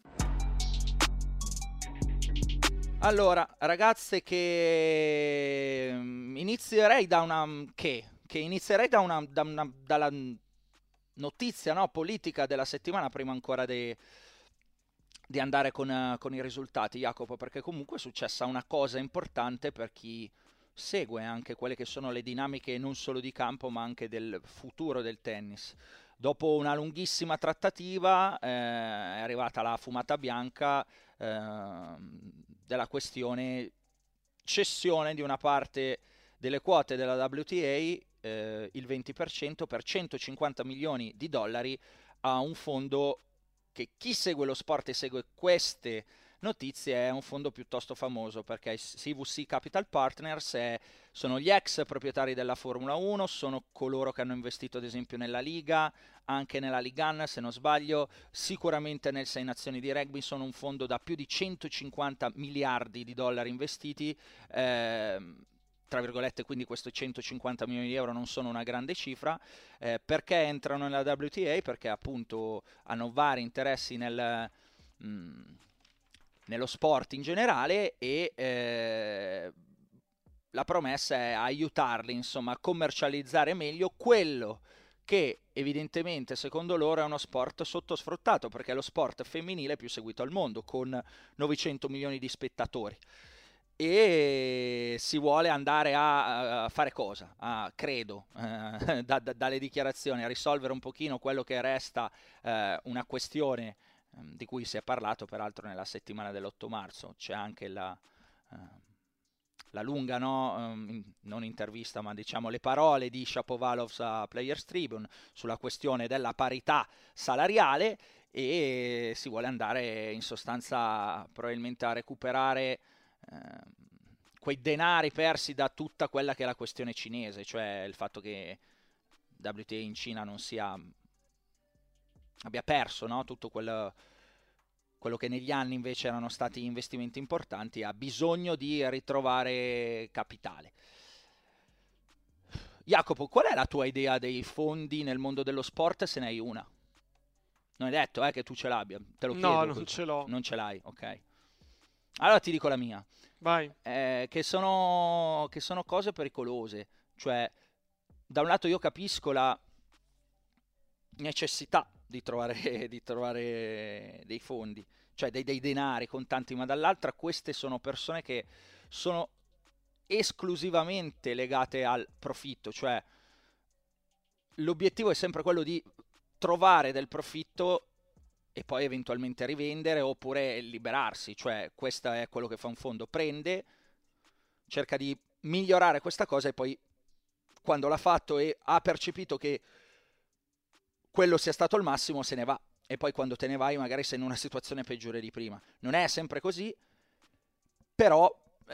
Allora, ragazze, che inizierei da una... che? Che inizierei da una, da una dalla notizia, no, politica della settimana, prima ancora dei... di andare con, uh, con i risultati, Jacopo, perché comunque è successa una cosa importante per chi segue anche quelle che sono le dinamiche non solo di campo ma anche del futuro del tennis. Dopo una lunghissima trattativa eh, è arrivata la fumata bianca eh, della questione cessione di una parte delle quote della W T A eh, il venti per cento per centocinquanta milioni di dollari a un fondo che chi segue lo sport e segue queste notizie è un fondo piuttosto famoso, perché C V C Capital Partners è, sono gli ex proprietari della Formula uno, sono coloro che hanno investito ad esempio nella Liga, anche nella Ligan se non sbaglio, sicuramente nel Sei Nazioni di rugby, sono un fondo da più di centocinquanta miliardi di dollari investiti, ehm, tra virgolette, quindi questi centocinquanta milioni di euro non sono una grande cifra. Eh, perché entrano nella W T A? Perché appunto hanno vari interessi nel... Mh, nello sport in generale e eh, la promessa è aiutarli insomma a commercializzare meglio quello che evidentemente secondo loro è uno sport sottosfruttato, perché è lo sport femminile più seguito al mondo con novecento milioni di spettatori, e si vuole andare a, a fare cosa? A, credo eh, da, da, dalle dichiarazioni a risolvere un pochino quello che resta eh, una questione di cui si è parlato peraltro nella settimana dell'otto marzo. C'è anche la, uh, la lunga, no, um, non intervista, ma diciamo le parole di Shapovalov a Players Tribune sulla questione della parità salariale, e si vuole andare in sostanza probabilmente a recuperare uh, quei denari persi da tutta quella che è la questione cinese, cioè il fatto che W T A in Cina non sia... abbia perso, no? Tutto quello, quello che negli anni invece erano stati investimenti importanti, ha bisogno di ritrovare capitale. Jacopo, qual è la tua idea dei fondi nel mondo dello sport, se ne hai una? Non hai detto eh, che tu ce l'abbia, te lo chiedo.
No, non ce l'ho.
Non ce l'hai, ok. Allora ti dico la mia.
Vai.
Eh, che sono, che sono cose pericolose. Cioè, da un lato io capisco la necessità di trovare, di trovare dei fondi, cioè dei, dei denari contanti, ma dall'altra queste sono persone che sono esclusivamente legate al profitto, cioè l'obiettivo è sempre quello di trovare del profitto e poi eventualmente rivendere oppure liberarsi, cioè questo è quello che fa un fondo, prende, cerca di migliorare questa cosa e poi quando l'ha fatto e ha percepito che quello sia stato il massimo se ne va, e poi quando te ne vai magari sei in una situazione peggiore di prima. Non è sempre così, però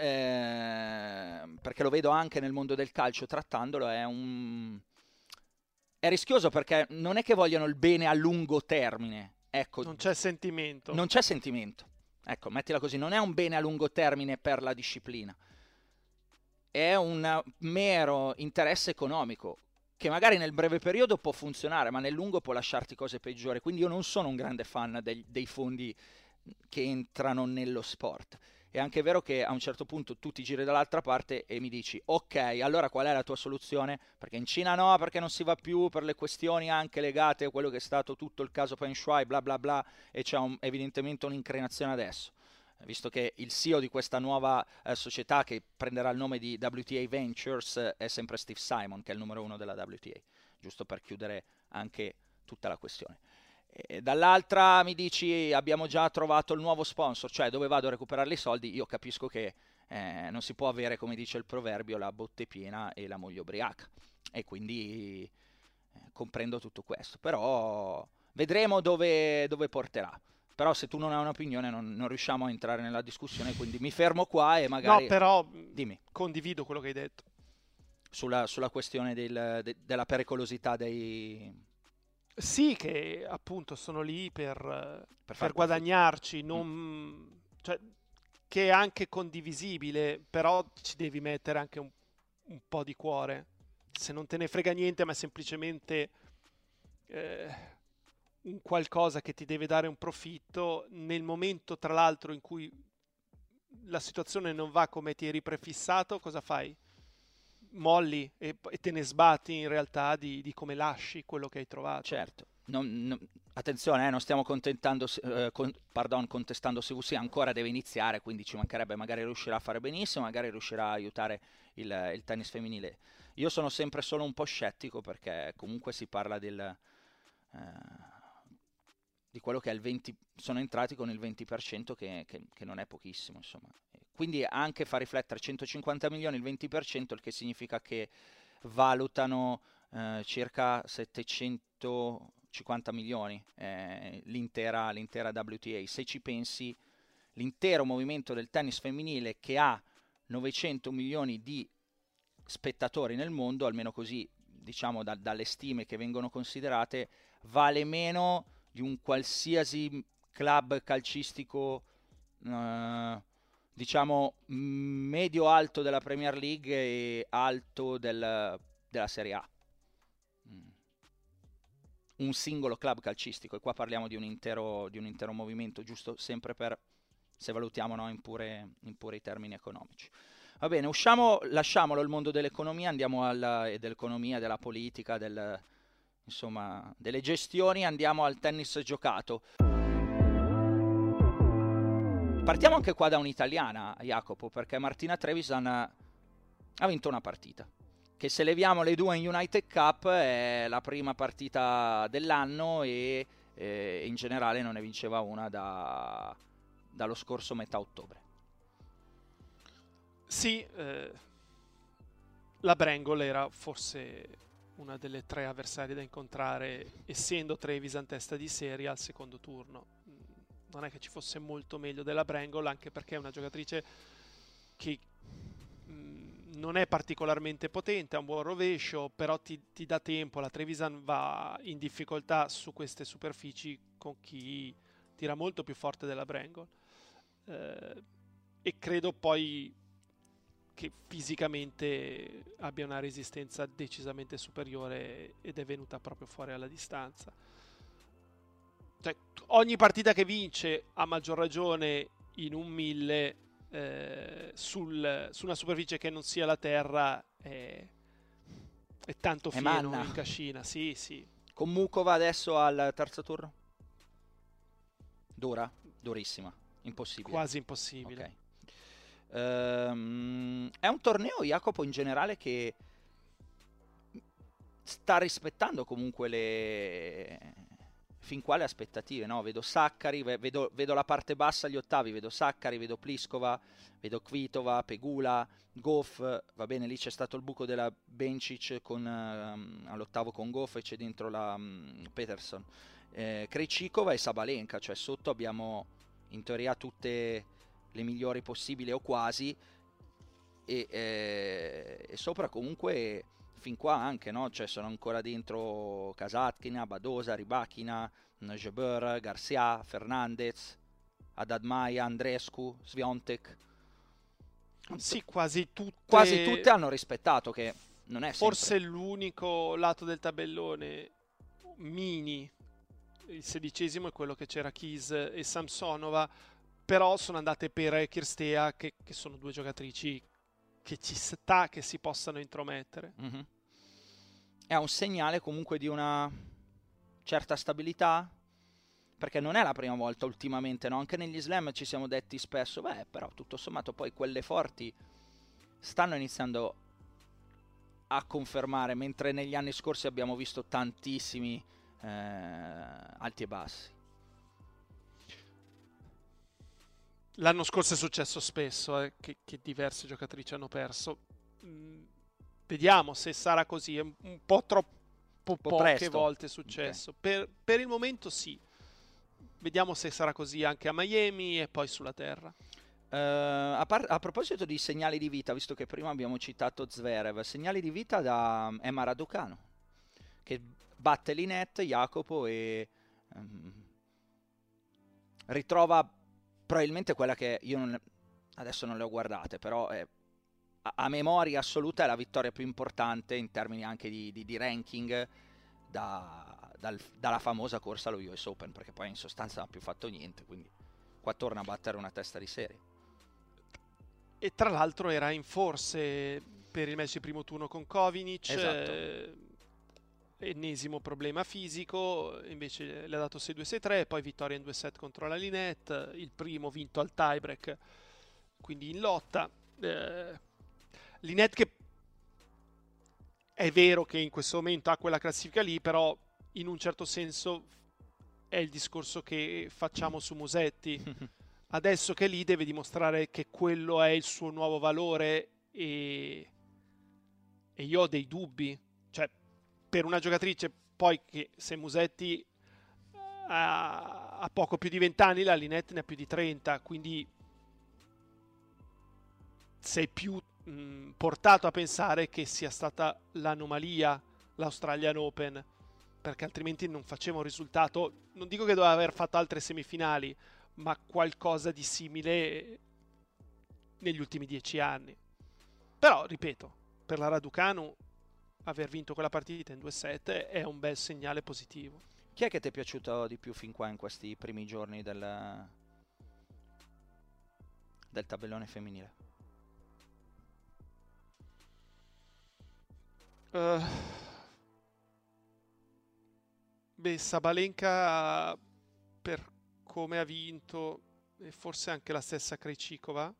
eh, perché lo vedo anche nel mondo del calcio trattandolo, è un è rischioso, perché non è che vogliono il bene a lungo termine, ecco,
non c'è sentimento.
Non c'è sentimento. Ecco, mettila così, non è un bene a lungo termine per la disciplina. È un mero interesse economico che magari nel breve periodo può funzionare, ma nel lungo può lasciarti cose peggiori. Quindi io non sono un grande fan dei, dei fondi che entrano nello sport. È anche vero che a un certo punto tu ti giri dall'altra parte e mi dici ok, allora qual è la tua soluzione? Perché in Cina no, perché non si va più per le questioni anche legate a quello che è stato tutto il caso Peng Shuai, bla bla bla, e c'è un, evidentemente un'inclinazione adesso. Visto che il C E O di questa nuova eh, società che prenderà il nome di W T A Ventures eh, è sempre Steve Simon, che è il numero uno della W T A, giusto per chiudere anche tutta la questione. E dall'altra mi dici abbiamo già trovato il nuovo sponsor, cioè dove vado a recuperare i soldi? Io capisco che eh, non si può avere, come dice il proverbio, la botte piena e la moglie ubriaca, e quindi eh, comprendo tutto questo, però vedremo dove, dove porterà. Però se tu non hai un'opinione non, non riusciamo a entrare nella discussione, quindi mi fermo qua e magari...
No, però
dimmi.
Condivido quello che hai detto.
Sulla, sulla questione del, de, della pericolosità dei...
Sì, che appunto sono lì per, per, per guadagnarci, non... mm. cioè, che è anche condivisibile, però ci devi mettere anche un, un po' di cuore. Se non te ne frega niente, ma è semplicemente... Eh, un qualcosa che ti deve dare un profitto, nel momento tra l'altro in cui la situazione non va come ti eri prefissato, cosa fai? Molli e, e te ne sbatti in realtà di, di come lasci quello che hai trovato.
Certo, non, non, attenzione, eh, non stiamo contentando, eh, con, pardon, contestando C V C, ancora deve iniziare, quindi ci mancherebbe, magari riuscirà a fare benissimo, magari riuscirà a aiutare il, il tennis femminile. Io sono sempre solo un po' scettico, perché comunque si parla del... Eh, di quello che è il venti, sono entrati con il venti per cento che, che, che non è pochissimo, insomma. Quindi anche fa riflettere centocinquanta milioni il venti per cento, il che significa che valutano eh, circa settecentocinquanta milioni eh, l'intera, l'intera W T A. Se ci pensi, l'intero movimento del tennis femminile, che ha novecento milioni di spettatori nel mondo, almeno così diciamo da, dalle stime che vengono considerate, vale meno di un qualsiasi club calcistico eh, diciamo medio-alto della Premier League e alto del, della Serie A. Un singolo club calcistico, e qua parliamo di un intero, di un intero movimento, giusto sempre per, se valutiamo, no, in, pure, in pure i termini economici. Va bene, usciamo, lasciamolo il mondo dell'economia, andiamo alla, e dell'economia, della politica, del, insomma, delle gestioni, andiamo al tennis giocato. Partiamo anche qua da un'italiana, Jacopo, perché Martina Trevisan ha vinto una partita, che se leviamo le due in United Cup è la prima partita dell'anno e eh, in generale non ne vinceva una da, dallo scorso metà ottobre.
Sì, eh, la Brangol era forse una delle tre avversarie da incontrare, essendo Trevisan testa di serie al secondo turno. Non è che ci fosse molto meglio della Brangol, anche perché è una giocatrice che mh, non è particolarmente potente, ha un buon rovescio, però ti, ti dà tempo. La Trevisan va in difficoltà su queste superfici con chi tira molto più forte della Brangol. Eh, e credo poi che fisicamente abbia una resistenza decisamente superiore ed è venuta proprio fuori alla distanza. Cioè, ogni partita che vince, a maggior ragione in un mille, eh, sul, su una superficie che non sia la terra, è, è tanto
è
fieno
manna.
In cascina. Sì, sì.
Con Mukova adesso al terzo turno? Dura? Durissima. Impossibile.
Quasi impossibile.
Okay. Um, è un torneo, Jacopo, in generale che sta rispettando comunque le... fin qua le aspettative, no? Vedo Sakkari, vedo, vedo la parte bassa agli ottavi, vedo Sakkari, vedo Pliskova, vedo Kvitova, Pegula, Goff, va bene, lì c'è stato il buco della Bencic con, um, all'ottavo con Goff e c'è dentro la um, Peterson, eh, Krejcikova e Sabalenka, cioè sotto abbiamo in teoria tutte le migliori possibili o quasi, e, eh, e sopra comunque... fin qua anche, no? Cioè sono ancora dentro Kasatkina, Badosa, Rybakina, Jabeur, Garcia, Fernandez, Haddad Maia, Andreescu, Swiatek.
Sì, quasi tutte.
Quasi tutte hanno rispettato, che non è
forse
sempre...
l'unico lato del tabellone mini, il sedicesimo, è quello che c'era Keys e Samsonova, però sono andate per Kirstea, che, che sono due giocatrici che ci sta che si possano intromettere.
Mm-hmm. È un segnale comunque di una certa stabilità, perché non è la prima volta ultimamente, no? Anche negli slam ci siamo detti spesso, beh, però tutto sommato poi quelle forti stanno iniziando a confermare, mentre negli anni scorsi abbiamo visto tantissimi eh, alti e bassi.
L'anno scorso è successo spesso eh, che, che diverse giocatrici hanno perso. Mm, vediamo se sarà così. È un po' troppo po poche presto. volte è successo. Okay. Per, per il momento sì. Vediamo se sarà così anche a Miami e poi sulla terra.
Uh, a, a proposito di segnali di vita, visto che prima abbiamo citato Zverev, segnali di vita da Emma Raducanu, che batte Linette, Jacopo e um, ritrova probabilmente quella che io non, adesso non le ho guardate, però è, a, a memoria assoluta è la vittoria più importante in termini anche di, di, di ranking da, dal, dalla famosa corsa allo U S Open, perché poi in sostanza non ha più fatto niente, quindi qua torna a battere una testa di serie.
E tra l'altro era in forse per il match di primo turno con Kovinic,
esatto.
eh, ennesimo problema fisico, invece le ha dato sei due sei tre, poi vittoria in due set contro la Linette, il primo vinto al tiebreak, quindi in lotta. Eh, Linette che è vero che in questo momento ha quella classifica lì, però in un certo senso è il discorso che facciamo su Musetti. Adesso che è lì deve dimostrare che quello è il suo nuovo valore e, e io ho dei dubbi, cioè per una giocatrice poi che se Musetti ha, ha poco più di venti anni, la Linette ne ha più di trenta, quindi sei più mh, portato a pensare che sia stata l'anomalia l'Australian Open, perché altrimenti non faceva un risultato, non dico che doveva aver fatto altre semifinali, ma qualcosa di simile negli ultimi dieci anni. Però, ripeto, per la Raducanu aver vinto quella partita in due set è un bel segnale positivo.
Chi è che ti è piaciuto di più fin qua in questi primi giorni del, del tabellone femminile?
Uh, beh, Sabalenka, per come ha vinto, e forse anche la stessa Krejcikova.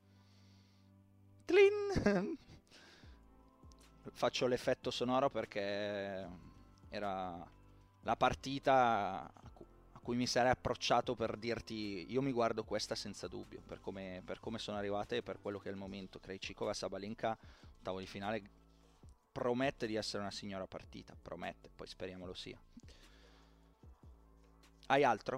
Tlin! Faccio l'effetto sonoro perché era la partita a cu- a cui mi sarei approcciato per dirti io mi guardo questa senza dubbio per come, per come sono arrivate e per quello che è il momento. Krejcikova Sabalenka, ottavo di finale, promette di essere una signora partita, promette, poi speriamo lo sia. Hai altro?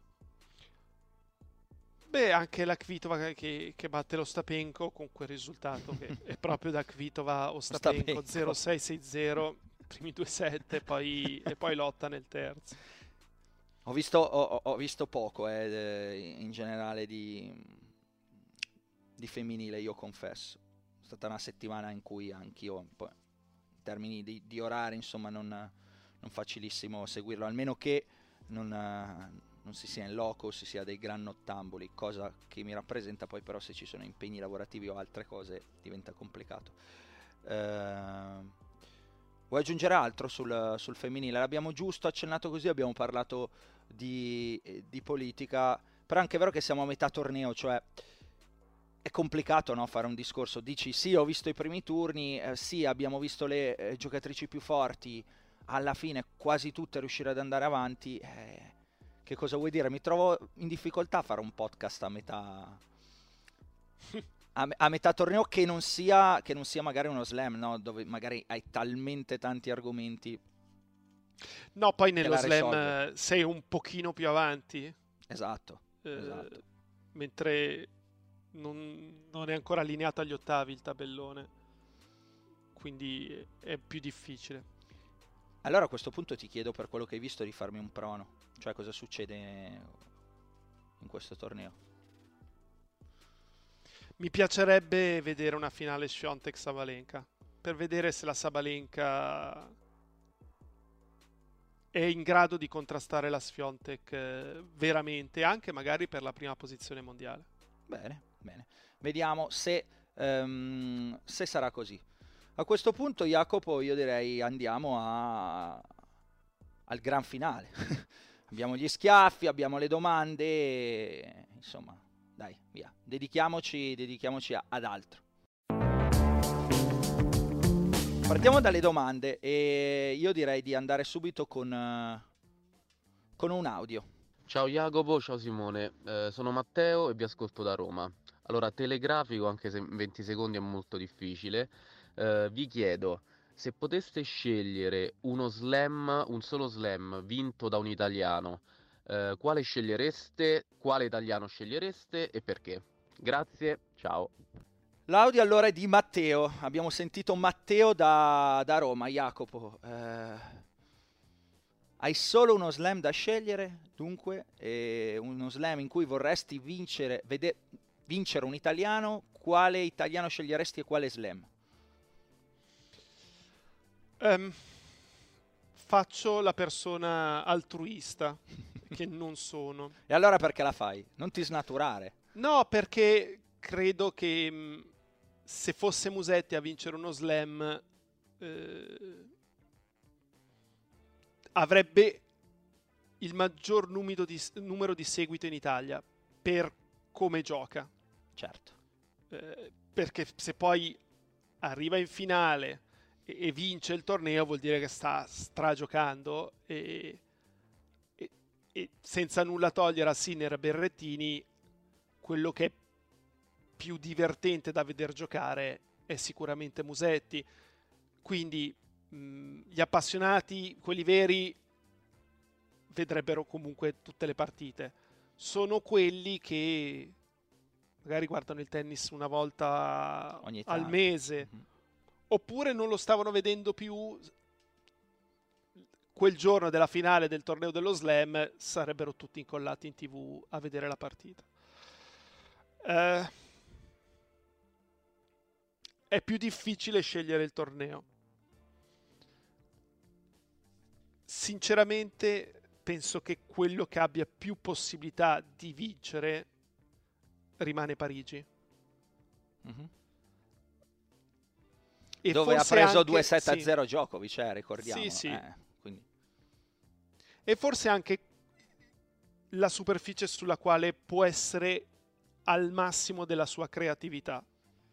Beh, anche la Kvitova che, che batte lo Stapenko con quel risultato che è proprio da Kvitova o Stapenko, zero sei sei zero, primi due set e poi, e poi lotta nel terzo.
Ho visto, ho, ho visto poco eh, in generale di, di femminile, io confesso. È stata una settimana in cui anch'io, poi, in termini di, di orari, insomma, non, non facilissimo seguirlo, almeno che non, non si sia in loco, si sia dei gran nottamboli, cosa che mi rappresenta. Poi però se ci sono impegni lavorativi o altre cose diventa complicato. Uh, vuoi aggiungere altro sul, sul femminile? L'abbiamo giusto accennato così, abbiamo parlato di, di politica, però è anche vero che siamo a metà torneo, cioè è complicato, no, fare un discorso. Dici sì, ho visto i primi turni, eh, sì, abbiamo visto le eh, giocatrici più forti, alla fine quasi tutte riuscire ad andare avanti, eh, che cosa vuoi dire? Mi trovo in difficoltà a fare un podcast a metà a, a metà torneo che non sia che non sia magari uno slam, no? Dove magari hai talmente tanti argomenti.
No, poi nello slam sei un pochino più avanti.
Esatto,
eh,
esatto.
Mentre non, non è ancora allineato agli ottavi il tabellone, quindi è più difficile.
Allora a questo punto ti chiedo, per quello che hai visto, di farmi un prono, cioè cosa succede in questo torneo.
Mi piacerebbe vedere una finale Swiatek-Sabalenka, per vedere se la Sabalenka è in grado di contrastare la Swiatek eh, veramente, anche magari per la prima posizione mondiale.
Bene, bene. Vediamo se, um, se sarà così. A questo punto, Jacopo, io direi andiamo a... al gran finale. Abbiamo gli schiaffi, abbiamo le domande, e... insomma, dai, via. Dedichiamoci, dedichiamoci a, ad altro. Partiamo dalle domande e io direi di andare subito con, uh, con un audio.
Ciao Jacopo, ciao Simone, eh, sono Matteo e vi ascolto da Roma. Allora, telegrafico, anche se in venti secondi è molto difficile. Uh, vi chiedo, se poteste scegliere uno slam, un solo slam vinto da un italiano, uh, quale scegliereste, quale italiano scegliereste e perché? Grazie, ciao.
L'audio allora è di Matteo, abbiamo sentito Matteo da, da Roma. Jacopo, uh, hai solo uno slam da scegliere, dunque, e uno slam in cui vorresti vincere, vede, vincere un italiano, quale italiano sceglieresti e quale slam?
Um, faccio la persona altruista, che non sono.
E allora perché la fai? Non ti snaturare.
No, perché credo che mh, se fosse Musetti a vincere uno slam eh, avrebbe il maggior numero di, numero di seguito in Italia per come gioca.
Certo.
Eh, perché se poi arriva in finale e vince il torneo vuol dire che sta stragiocando e, e, e senza nulla togliere a Sinner e Berrettini, quello che è più divertente da veder giocare è sicuramente Musetti. quindi mh, gli appassionati, quelli veri, vedrebbero comunque tutte le partite. Sono quelli che magari guardano il tennis una volta
Ogni
al
tanto.
mese,
Mhm.
oppure non lo stavano vedendo più quel giorno della finale del torneo dello Slam, sarebbero tutti incollati in tv a vedere la partita. Eh, è più difficile scegliere il torneo. Sinceramente penso che quello che abbia più possibilità di vincere rimane Parigi.
Mhm.
E
Dove ha
forse
preso
anche-
due sette a
sì.
zero Djokovic, eh, ricordiamo.
Sì, sì.
Eh, quindi.
E forse anche la superficie sulla quale può essere al massimo della sua creatività.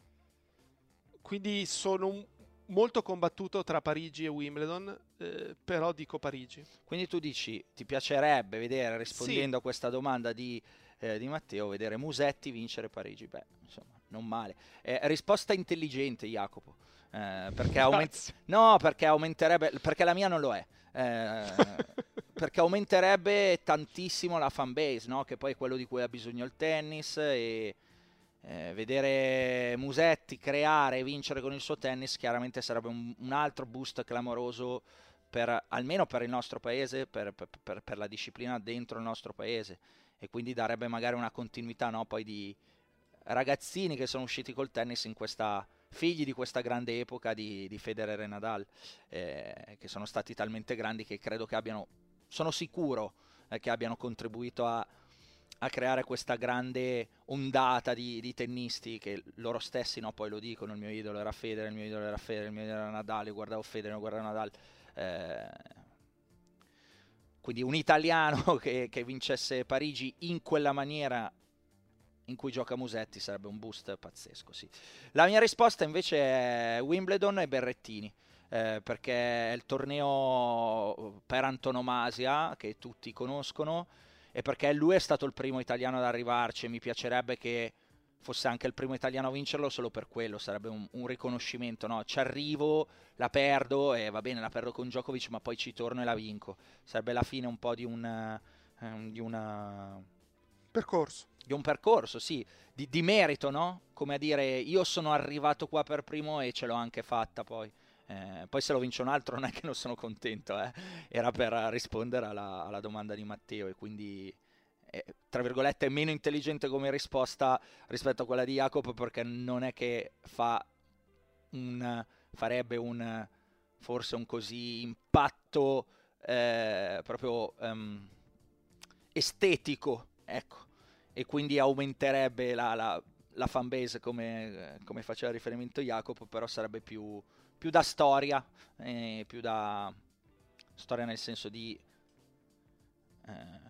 Quindi sono un- molto combattuto tra Parigi e Wimbledon, eh, però dico Parigi.
Quindi tu dici, ti piacerebbe vedere, rispondendo
Sì.
a questa domanda di, eh, di Matteo, vedere Musetti vincere Parigi? Beh, insomma, non male. Eh, risposta intelligente, Jacopo. Eh, perché aument-
Grazie.
no, perché aumenterebbe, perché la mia non lo è. Eh, perché aumenterebbe tantissimo la fan base, no? Che poi è quello di cui ha bisogno il tennis, e eh, vedere Musetti creare e vincere con il suo tennis chiaramente sarebbe un, un altro boost clamoroso per, almeno per il nostro paese, per, per- per- per la disciplina dentro il nostro paese, e quindi darebbe magari una continuità, no? Poi di ragazzini che sono usciti col tennis in questa, figli di questa grande epoca di, di Federer e Nadal, eh, che sono stati talmente grandi che credo che abbiano, sono sicuro eh, che abbiano contribuito a, a creare questa grande ondata di, di tennisti, che loro stessi, no, poi lo dicono: il mio idolo era Federer, il mio idolo era Federer, il mio idolo era Nadal, io guardavo Federer, io guardavo Nadal. Eh, quindi un italiano che, che vincesse Parigi in quella maniera in cui gioca Musetti sarebbe un boost pazzesco, sì. La mia risposta invece è Wimbledon e Berrettini, eh, perché è il torneo per antonomasia che tutti conoscono, e perché lui è stato il primo italiano ad arrivarci, e mi piacerebbe che fosse anche il primo italiano a vincerlo solo per quello, sarebbe un, un riconoscimento, no? Ci arrivo, la perdo e va bene, la perdo con Djokovic, ma poi ci torno e la vinco. Sarebbe la fine un po' di un, eh, di una...
Percorso.
di un percorso, sì, di, di merito, no? Come a dire, io sono arrivato qua per primo e ce l'ho anche fatta poi. Eh, poi se lo vince un altro non è che non sono contento, eh. Era per rispondere alla, alla domanda di Matteo, e quindi, eh, tra virgolette, è meno intelligente come risposta rispetto a quella di Jacopo, perché non è che fa un, farebbe un, forse un così impatto eh, proprio um, estetico, ecco, e quindi aumenterebbe la, la, la fanbase come, come faceva riferimento Jacopo, però sarebbe più, più da storia, eh, più da storia nel senso di eh,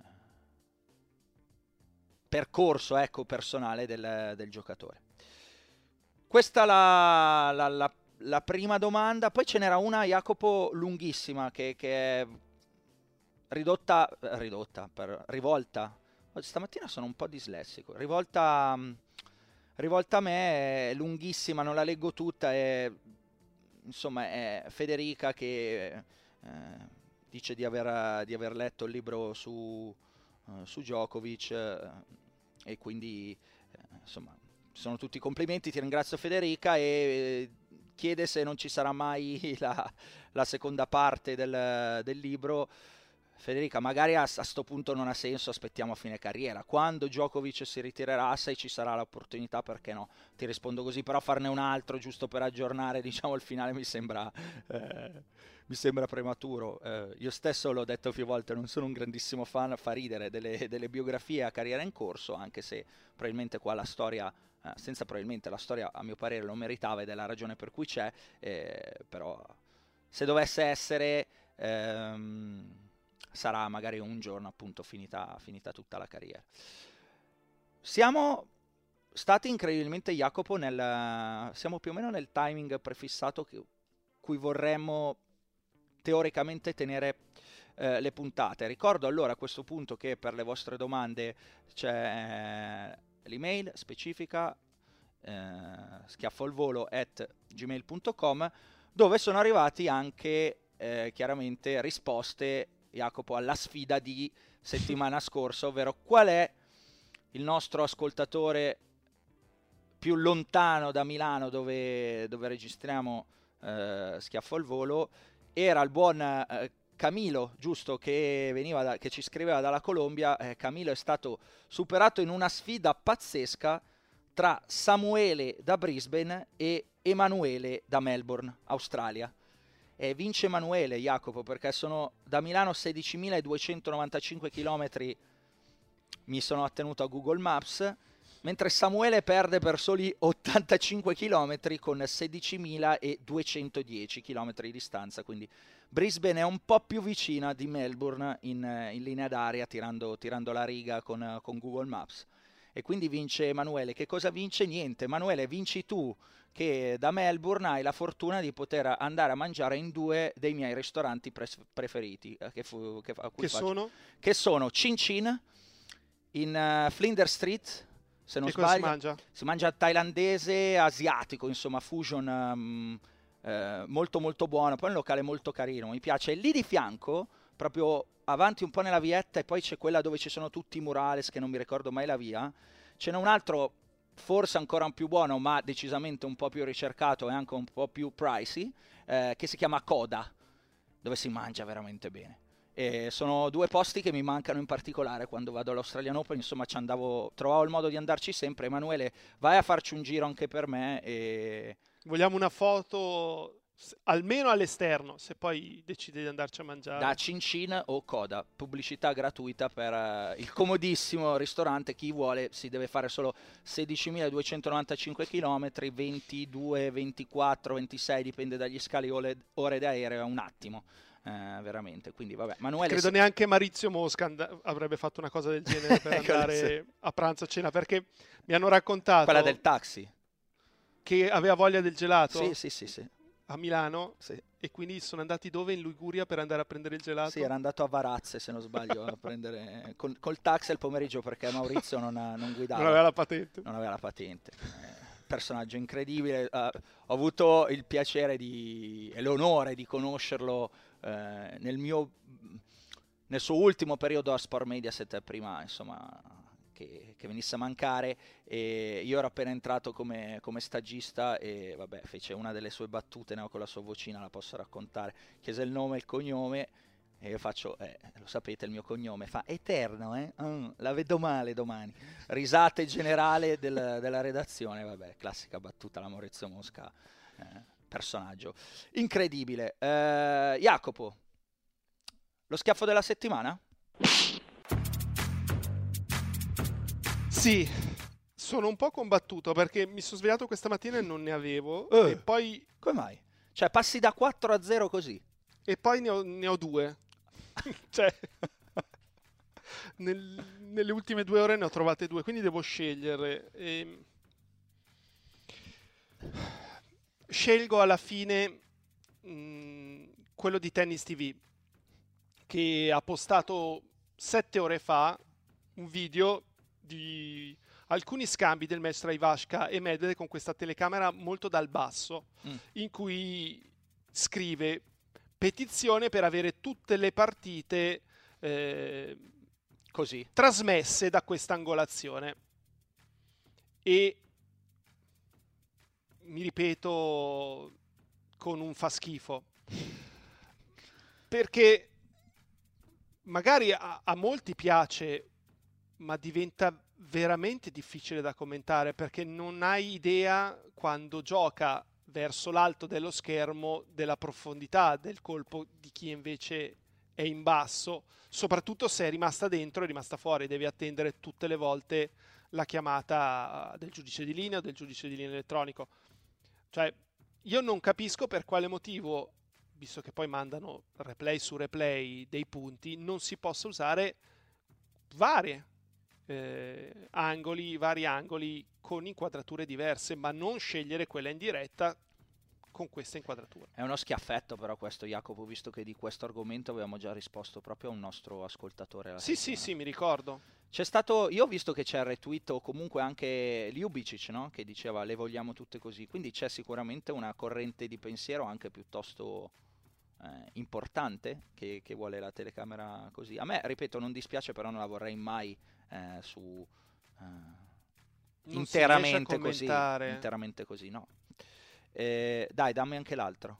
percorso, ecco, personale del, del giocatore. Questa la, la, la, la prima domanda. Poi ce n'era una, Jacopo, lunghissima, che, che è ridotta, ridotta, per, rivolta. Stamattina sono un po' dislessico. Rivolta, rivolta a me, è lunghissima, non la leggo tutta. È, insomma, è Federica che eh, dice di aver, di aver letto il libro su, uh, su Djokovic, eh, e quindi, eh, insomma, sono tutti complimenti. Ti ringrazio, Federica, e eh, chiede se non ci sarà mai la, la seconda parte del, del libro. Federica, magari a, a sto punto non ha senso, aspettiamo a fine carriera. Quando Djokovic si ritirerà, se ci sarà l'opportunità, perché no? Ti rispondo così, però farne un altro giusto per aggiornare, diciamo, il finale mi sembra, eh, mi sembra prematuro. Eh, io stesso l'ho detto più volte, non sono un grandissimo fan, fa ridere, delle, delle biografie a carriera in corso, anche se probabilmente qua la storia, eh, senza probabilmente, la storia a mio parere lo meritava ed è la ragione per cui c'è, eh, però se dovesse essere... Ehm, sarà magari un giorno, appunto, finita, finita tutta la carriera. Siamo stati incredibilmente, Jacopo, nel, siamo più o meno nel timing prefissato che, cui vorremmo teoricamente tenere eh, le puntate. Ricordo allora a questo punto che per le vostre domande c'è eh, l'email specifica, eh, schiaffolvolo at gmail punto com, dove sono arrivati anche eh, chiaramente risposte, Jacopo, alla sfida di settimana scorsa, ovvero qual è il nostro ascoltatore più lontano da Milano, dove, dove registriamo eh, Schiaffo al Volo. Era il buon eh, Camilo, giusto, che, veniva da, che ci scriveva dalla Colombia. eh, Camilo è stato superato in una sfida pazzesca tra Samuele da Brisbane e Emanuele da Melbourne, Australia. E vince Emanuele, Jacopo, perché sono da Milano sedicimiladuecentonovantacinque chilometri, mi sono attenuto a Google Maps, mentre Samuele perde per soli ottantacinque chilometri con sedicimiladuecentodieci chilometri di distanza, quindi Brisbane è un po' più vicina di Melbourne in, in linea d'aria, tirando, tirando la riga con, con Google Maps. E quindi vince Emanuele. Che cosa vince? Niente. Emanuele, vinci tu, che da Melbourne hai la fortuna di poter andare a mangiare in due dei miei ristoranti pre- preferiti. Eh, che, fu, che, a cui
Che
faccio.
sono?
Che sono Chin Chin in uh, Flinders Street, se non
Che cosa
sbaglio.
si mangia?
Si mangia thailandese, asiatico, insomma, fusion um, eh, molto molto buono. Poi è un locale molto carino, mi piace. E lì di fianco, proprio avanti un po' nella vietta, e poi c'è quella dove ci sono tutti i murales, che non mi ricordo mai la via. Ce n'è un altro, forse ancora un più buono, ma decisamente un po' più ricercato e anche un po' più pricey, eh, che si chiama Coda, dove si mangia veramente bene. E sono due posti che mi mancano in particolare quando vado all'Australian Open, insomma ci andavo, trovavo il modo di andarci sempre. Emanuele, vai a farci un giro anche per me. E
Vogliamo una foto almeno all'esterno, se poi decide di andarci a mangiare.
Da Chin Chin o Coda, pubblicità gratuita per uh, il comodissimo ristorante. Chi vuole si deve fare solo sedicimiladuecentonovantacinque chilometri, ventidue, ventiquattro, ventisei, dipende dagli scali ore, ore d'aereo, è un attimo. Uh, veramente, quindi vabbè. Manuele,
credo
se...
neanche Maurizio Mosca and- avrebbe fatto una cosa del genere per andare a pranzo a cena, perché mi hanno raccontato
quella del taxi,
che aveva voglia del gelato.
sì sì sì sì
a Milano,
sì.
E quindi sono andati dove? In Liguria per andare a prendere il gelato?
Sì, era andato a Varazze, se non sbaglio, a prendere con, col taxi al pomeriggio, perché Maurizio non, ha, non guidava.
Non aveva la patente.
Non aveva la patente. Eh, personaggio incredibile. Uh, ho avuto il piacere di, e l'onore di conoscerlo eh, nel mio nel suo ultimo periodo a Sport Mediaset, prima insomma che, che venisse a mancare, e io ero appena entrato come, come stagista, e vabbè, fece una delle sue battute, no, con la sua vocina, la posso raccontare, chiese il nome e il cognome, e io faccio, eh, lo sapete il mio cognome, fa Eterno, eh? Mm, la vedo male domani. Risate generale del, della redazione, vabbè, classica battuta, la Maurizio Mosca, eh, personaggio incredibile. eh, Jacopo, lo schiaffo della settimana?
Sì, sono un po' combattuto perché mi sono svegliato questa mattina e non ne avevo,
Eh.
e poi
Come mai? Cioè passi da quattro a zero così?
e poi ne ho, ne ho due. Cioè, nel- nelle ultime due ore ne ho trovate due, quindi devo scegliere. E... Scelgo alla fine mh, quello di Tennis ti vu, che ha postato sette ore fa un video di alcuni scambi del match tra Ivashka e Medvedev con questa telecamera molto dal basso,
Mm.
in cui scrive: petizione per avere tutte le partite eh,
Così.
trasmesse da questa angolazione. E mi ripeto con un fa schifo, perché magari a, a molti piace, ma diventa veramente difficile da commentare, perché non hai idea, quando gioca verso l'alto dello schermo, della profondità del colpo di chi invece è in basso, soprattutto se è rimasta dentro, è rimasta fuori, devi attendere tutte le volte la chiamata del giudice di linea o del giudice di linea elettronico. Cioè, io non capisco per quale motivo, visto che poi mandano replay su replay dei punti, non si possa usare varie eh, angoli, vari angoli con inquadrature diverse, ma non scegliere quella in diretta con questa inquadratura.
È uno schiaffetto però questo, Jacopo, visto che di questo argomento avevamo già risposto proprio a un nostro ascoltatore. La
Sì, sì,
settimana.
sì, mi ricordo.
C'è stato, io ho visto che c'è il retweet o comunque anche Ljubicic, no? Che diceva le vogliamo tutte così, quindi c'è sicuramente una corrente di pensiero anche piuttosto eh, importante che, che vuole la telecamera così. A me, ripeto, non dispiace, però non la vorrei mai eh, su eh,
Non si riesce a
interamente così,
commentare.
interamente così, no. Eh, dai, dammi anche l'altro.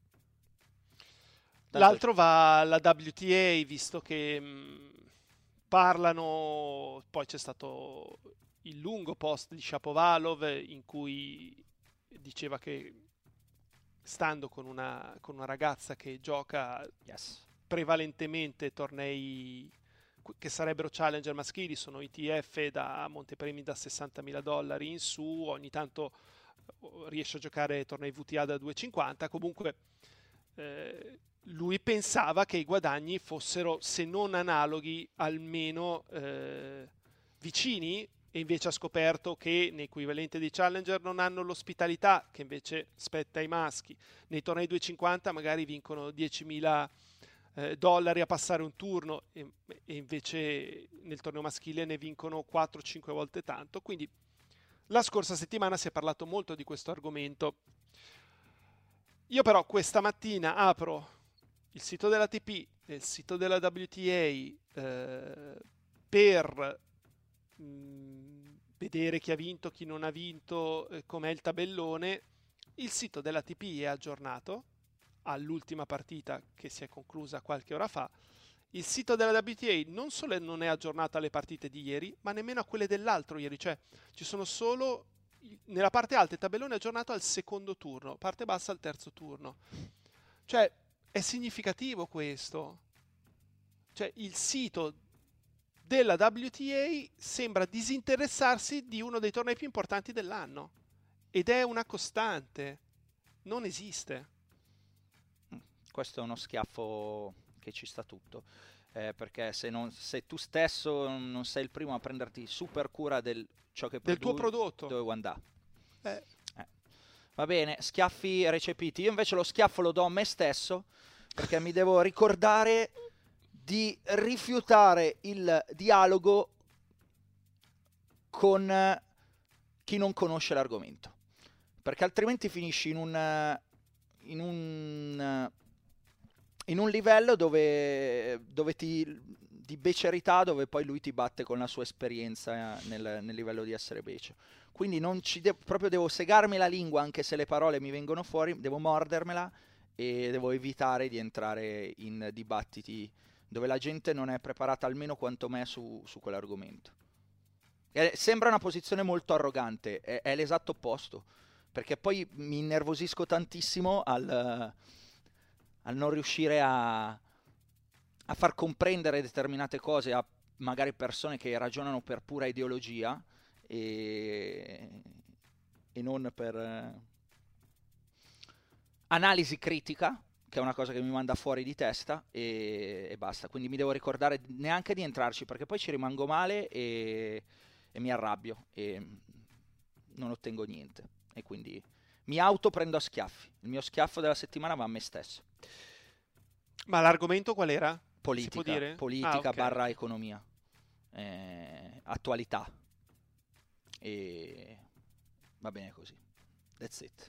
Tanto-
L'altro va alla W T A, visto che mh, parlano, poi c'è stato il lungo post di Shapovalov in cui diceva che stando con una, con una ragazza che gioca
Yes.
prevalentemente tornei qu- che sarebbero challenger maschili, sono I T F da montepremi da sessantamila dollari in su, ogni tanto eh, riesce a giocare tornei V T A da duecentocinquanta, comunque eh, lui pensava che i guadagni fossero, se non analoghi, almeno eh, vicini, e invece ha scoperto che nei equivalenti dei challenger non hanno l'ospitalità che invece spetta ai maschi. Nei tornei duecentocinquanta magari vincono diecimila eh, dollari a passare un turno e, e invece nel torneo maschile ne vincono quattro cinque volte tanto. Quindi la scorsa settimana si è parlato molto di questo argomento. Io però questa mattina apro il sito della T P e il sito della W T A eh, per mh, vedere chi ha vinto, chi non ha vinto, eh, com'è il tabellone. Il sito della T P è aggiornato all'ultima partita che si è conclusa qualche ora fa. Il sito della W T A non solo non è aggiornato alle partite di ieri, ma nemmeno a quelle dell'altro ieri, cioè ci sono solo nella parte alta il tabellone è aggiornato al secondo turno, parte bassa al terzo turno. Cioè è significativo questo. Cioè il sito della W T A sembra disinteressarsi di uno dei tornei più importanti dell'anno ed è una costante. Non esiste.
Questo è uno schiaffo che ci sta tutto, eh, perché se, non, se tu stesso non sei il primo a prenderti super cura del ciò che
Del
produci,
tuo prodotto.
dove vuoi andare?
Eh,
Eh. Va bene, schiaffi recepiti. Io invece lo schiaffo lo do a me stesso, perché mi devo ricordare di rifiutare il dialogo con eh, chi non conosce l'argomento, perché altrimenti finisci in un in un in un livello dove, dove ti di becerità, dove poi lui ti batte con la sua esperienza nel, nel livello di essere becero. Quindi non ci de- proprio devo segarmi la lingua, anche se le parole mi vengono fuori, devo mordermela e devo evitare di entrare in dibattiti dove la gente non è preparata almeno quanto me su, su quell'argomento. E sembra una posizione molto arrogante, è, è l'esatto opposto, perché poi mi innervosisco tantissimo al, al non riuscire a, a far comprendere determinate cose a magari persone che ragionano per pura ideologia e, e non per eh, analisi critica, che è una cosa che mi manda fuori di testa, e, e basta. Quindi mi devo ricordare neanche di entrarci, perché poi ci rimango male e, e mi arrabbio e non ottengo niente. E quindi mi autoprendo a schiaffi. Il mio schiaffo della settimana va a me stesso.
ma l'argomento qual era?
Politica,
Si può dire?
politica
Ah, ok.
barra economia, eh, attualità, e va bene così. That's it.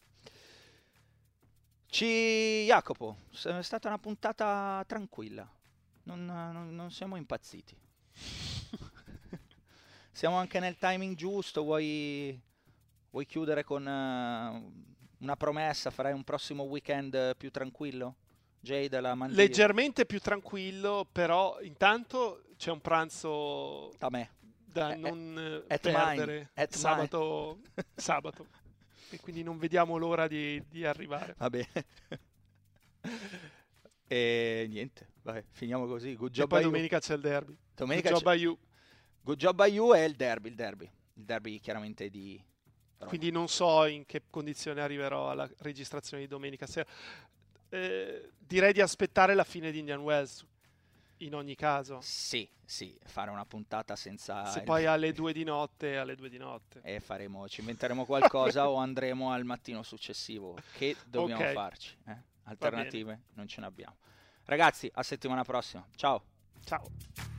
Ci Jacopo, è stata una puntata tranquilla, non, non, non siamo impazziti. Siamo anche nel timing giusto. Vuoi, vuoi chiudere con uh, una promessa? Farai un prossimo weekend più tranquillo? Jade la mandi
Leggermente più tranquillo, però intanto c'è un pranzo
da me.
da
At-
non
at
perdere
mine, at
sabato, sabato. E quindi non vediamo l'ora di, di arrivare.
Va bene. E niente, vai, finiamo così. Good
E
job
poi
by you.
domenica c'è il derby.
Domenica
Good job
c'è-
by you.
Good job by you e il derby, il derby. Il derby chiaramente di Roma.
Quindi non so in che condizione arriverò alla registrazione di domenica sera. Eh, direi di aspettare la fine di Indian Wells in ogni caso.
Sì, sì, fare una puntata senza
Se
il-
poi alle due di notte, alle due di notte.
e faremo, ci inventeremo qualcosa o andremo al mattino successivo, che dobbiamo
Ok.
farci, eh? Alternative non ce ne abbiamo. Ragazzi, a settimana prossima. Ciao.
Ciao.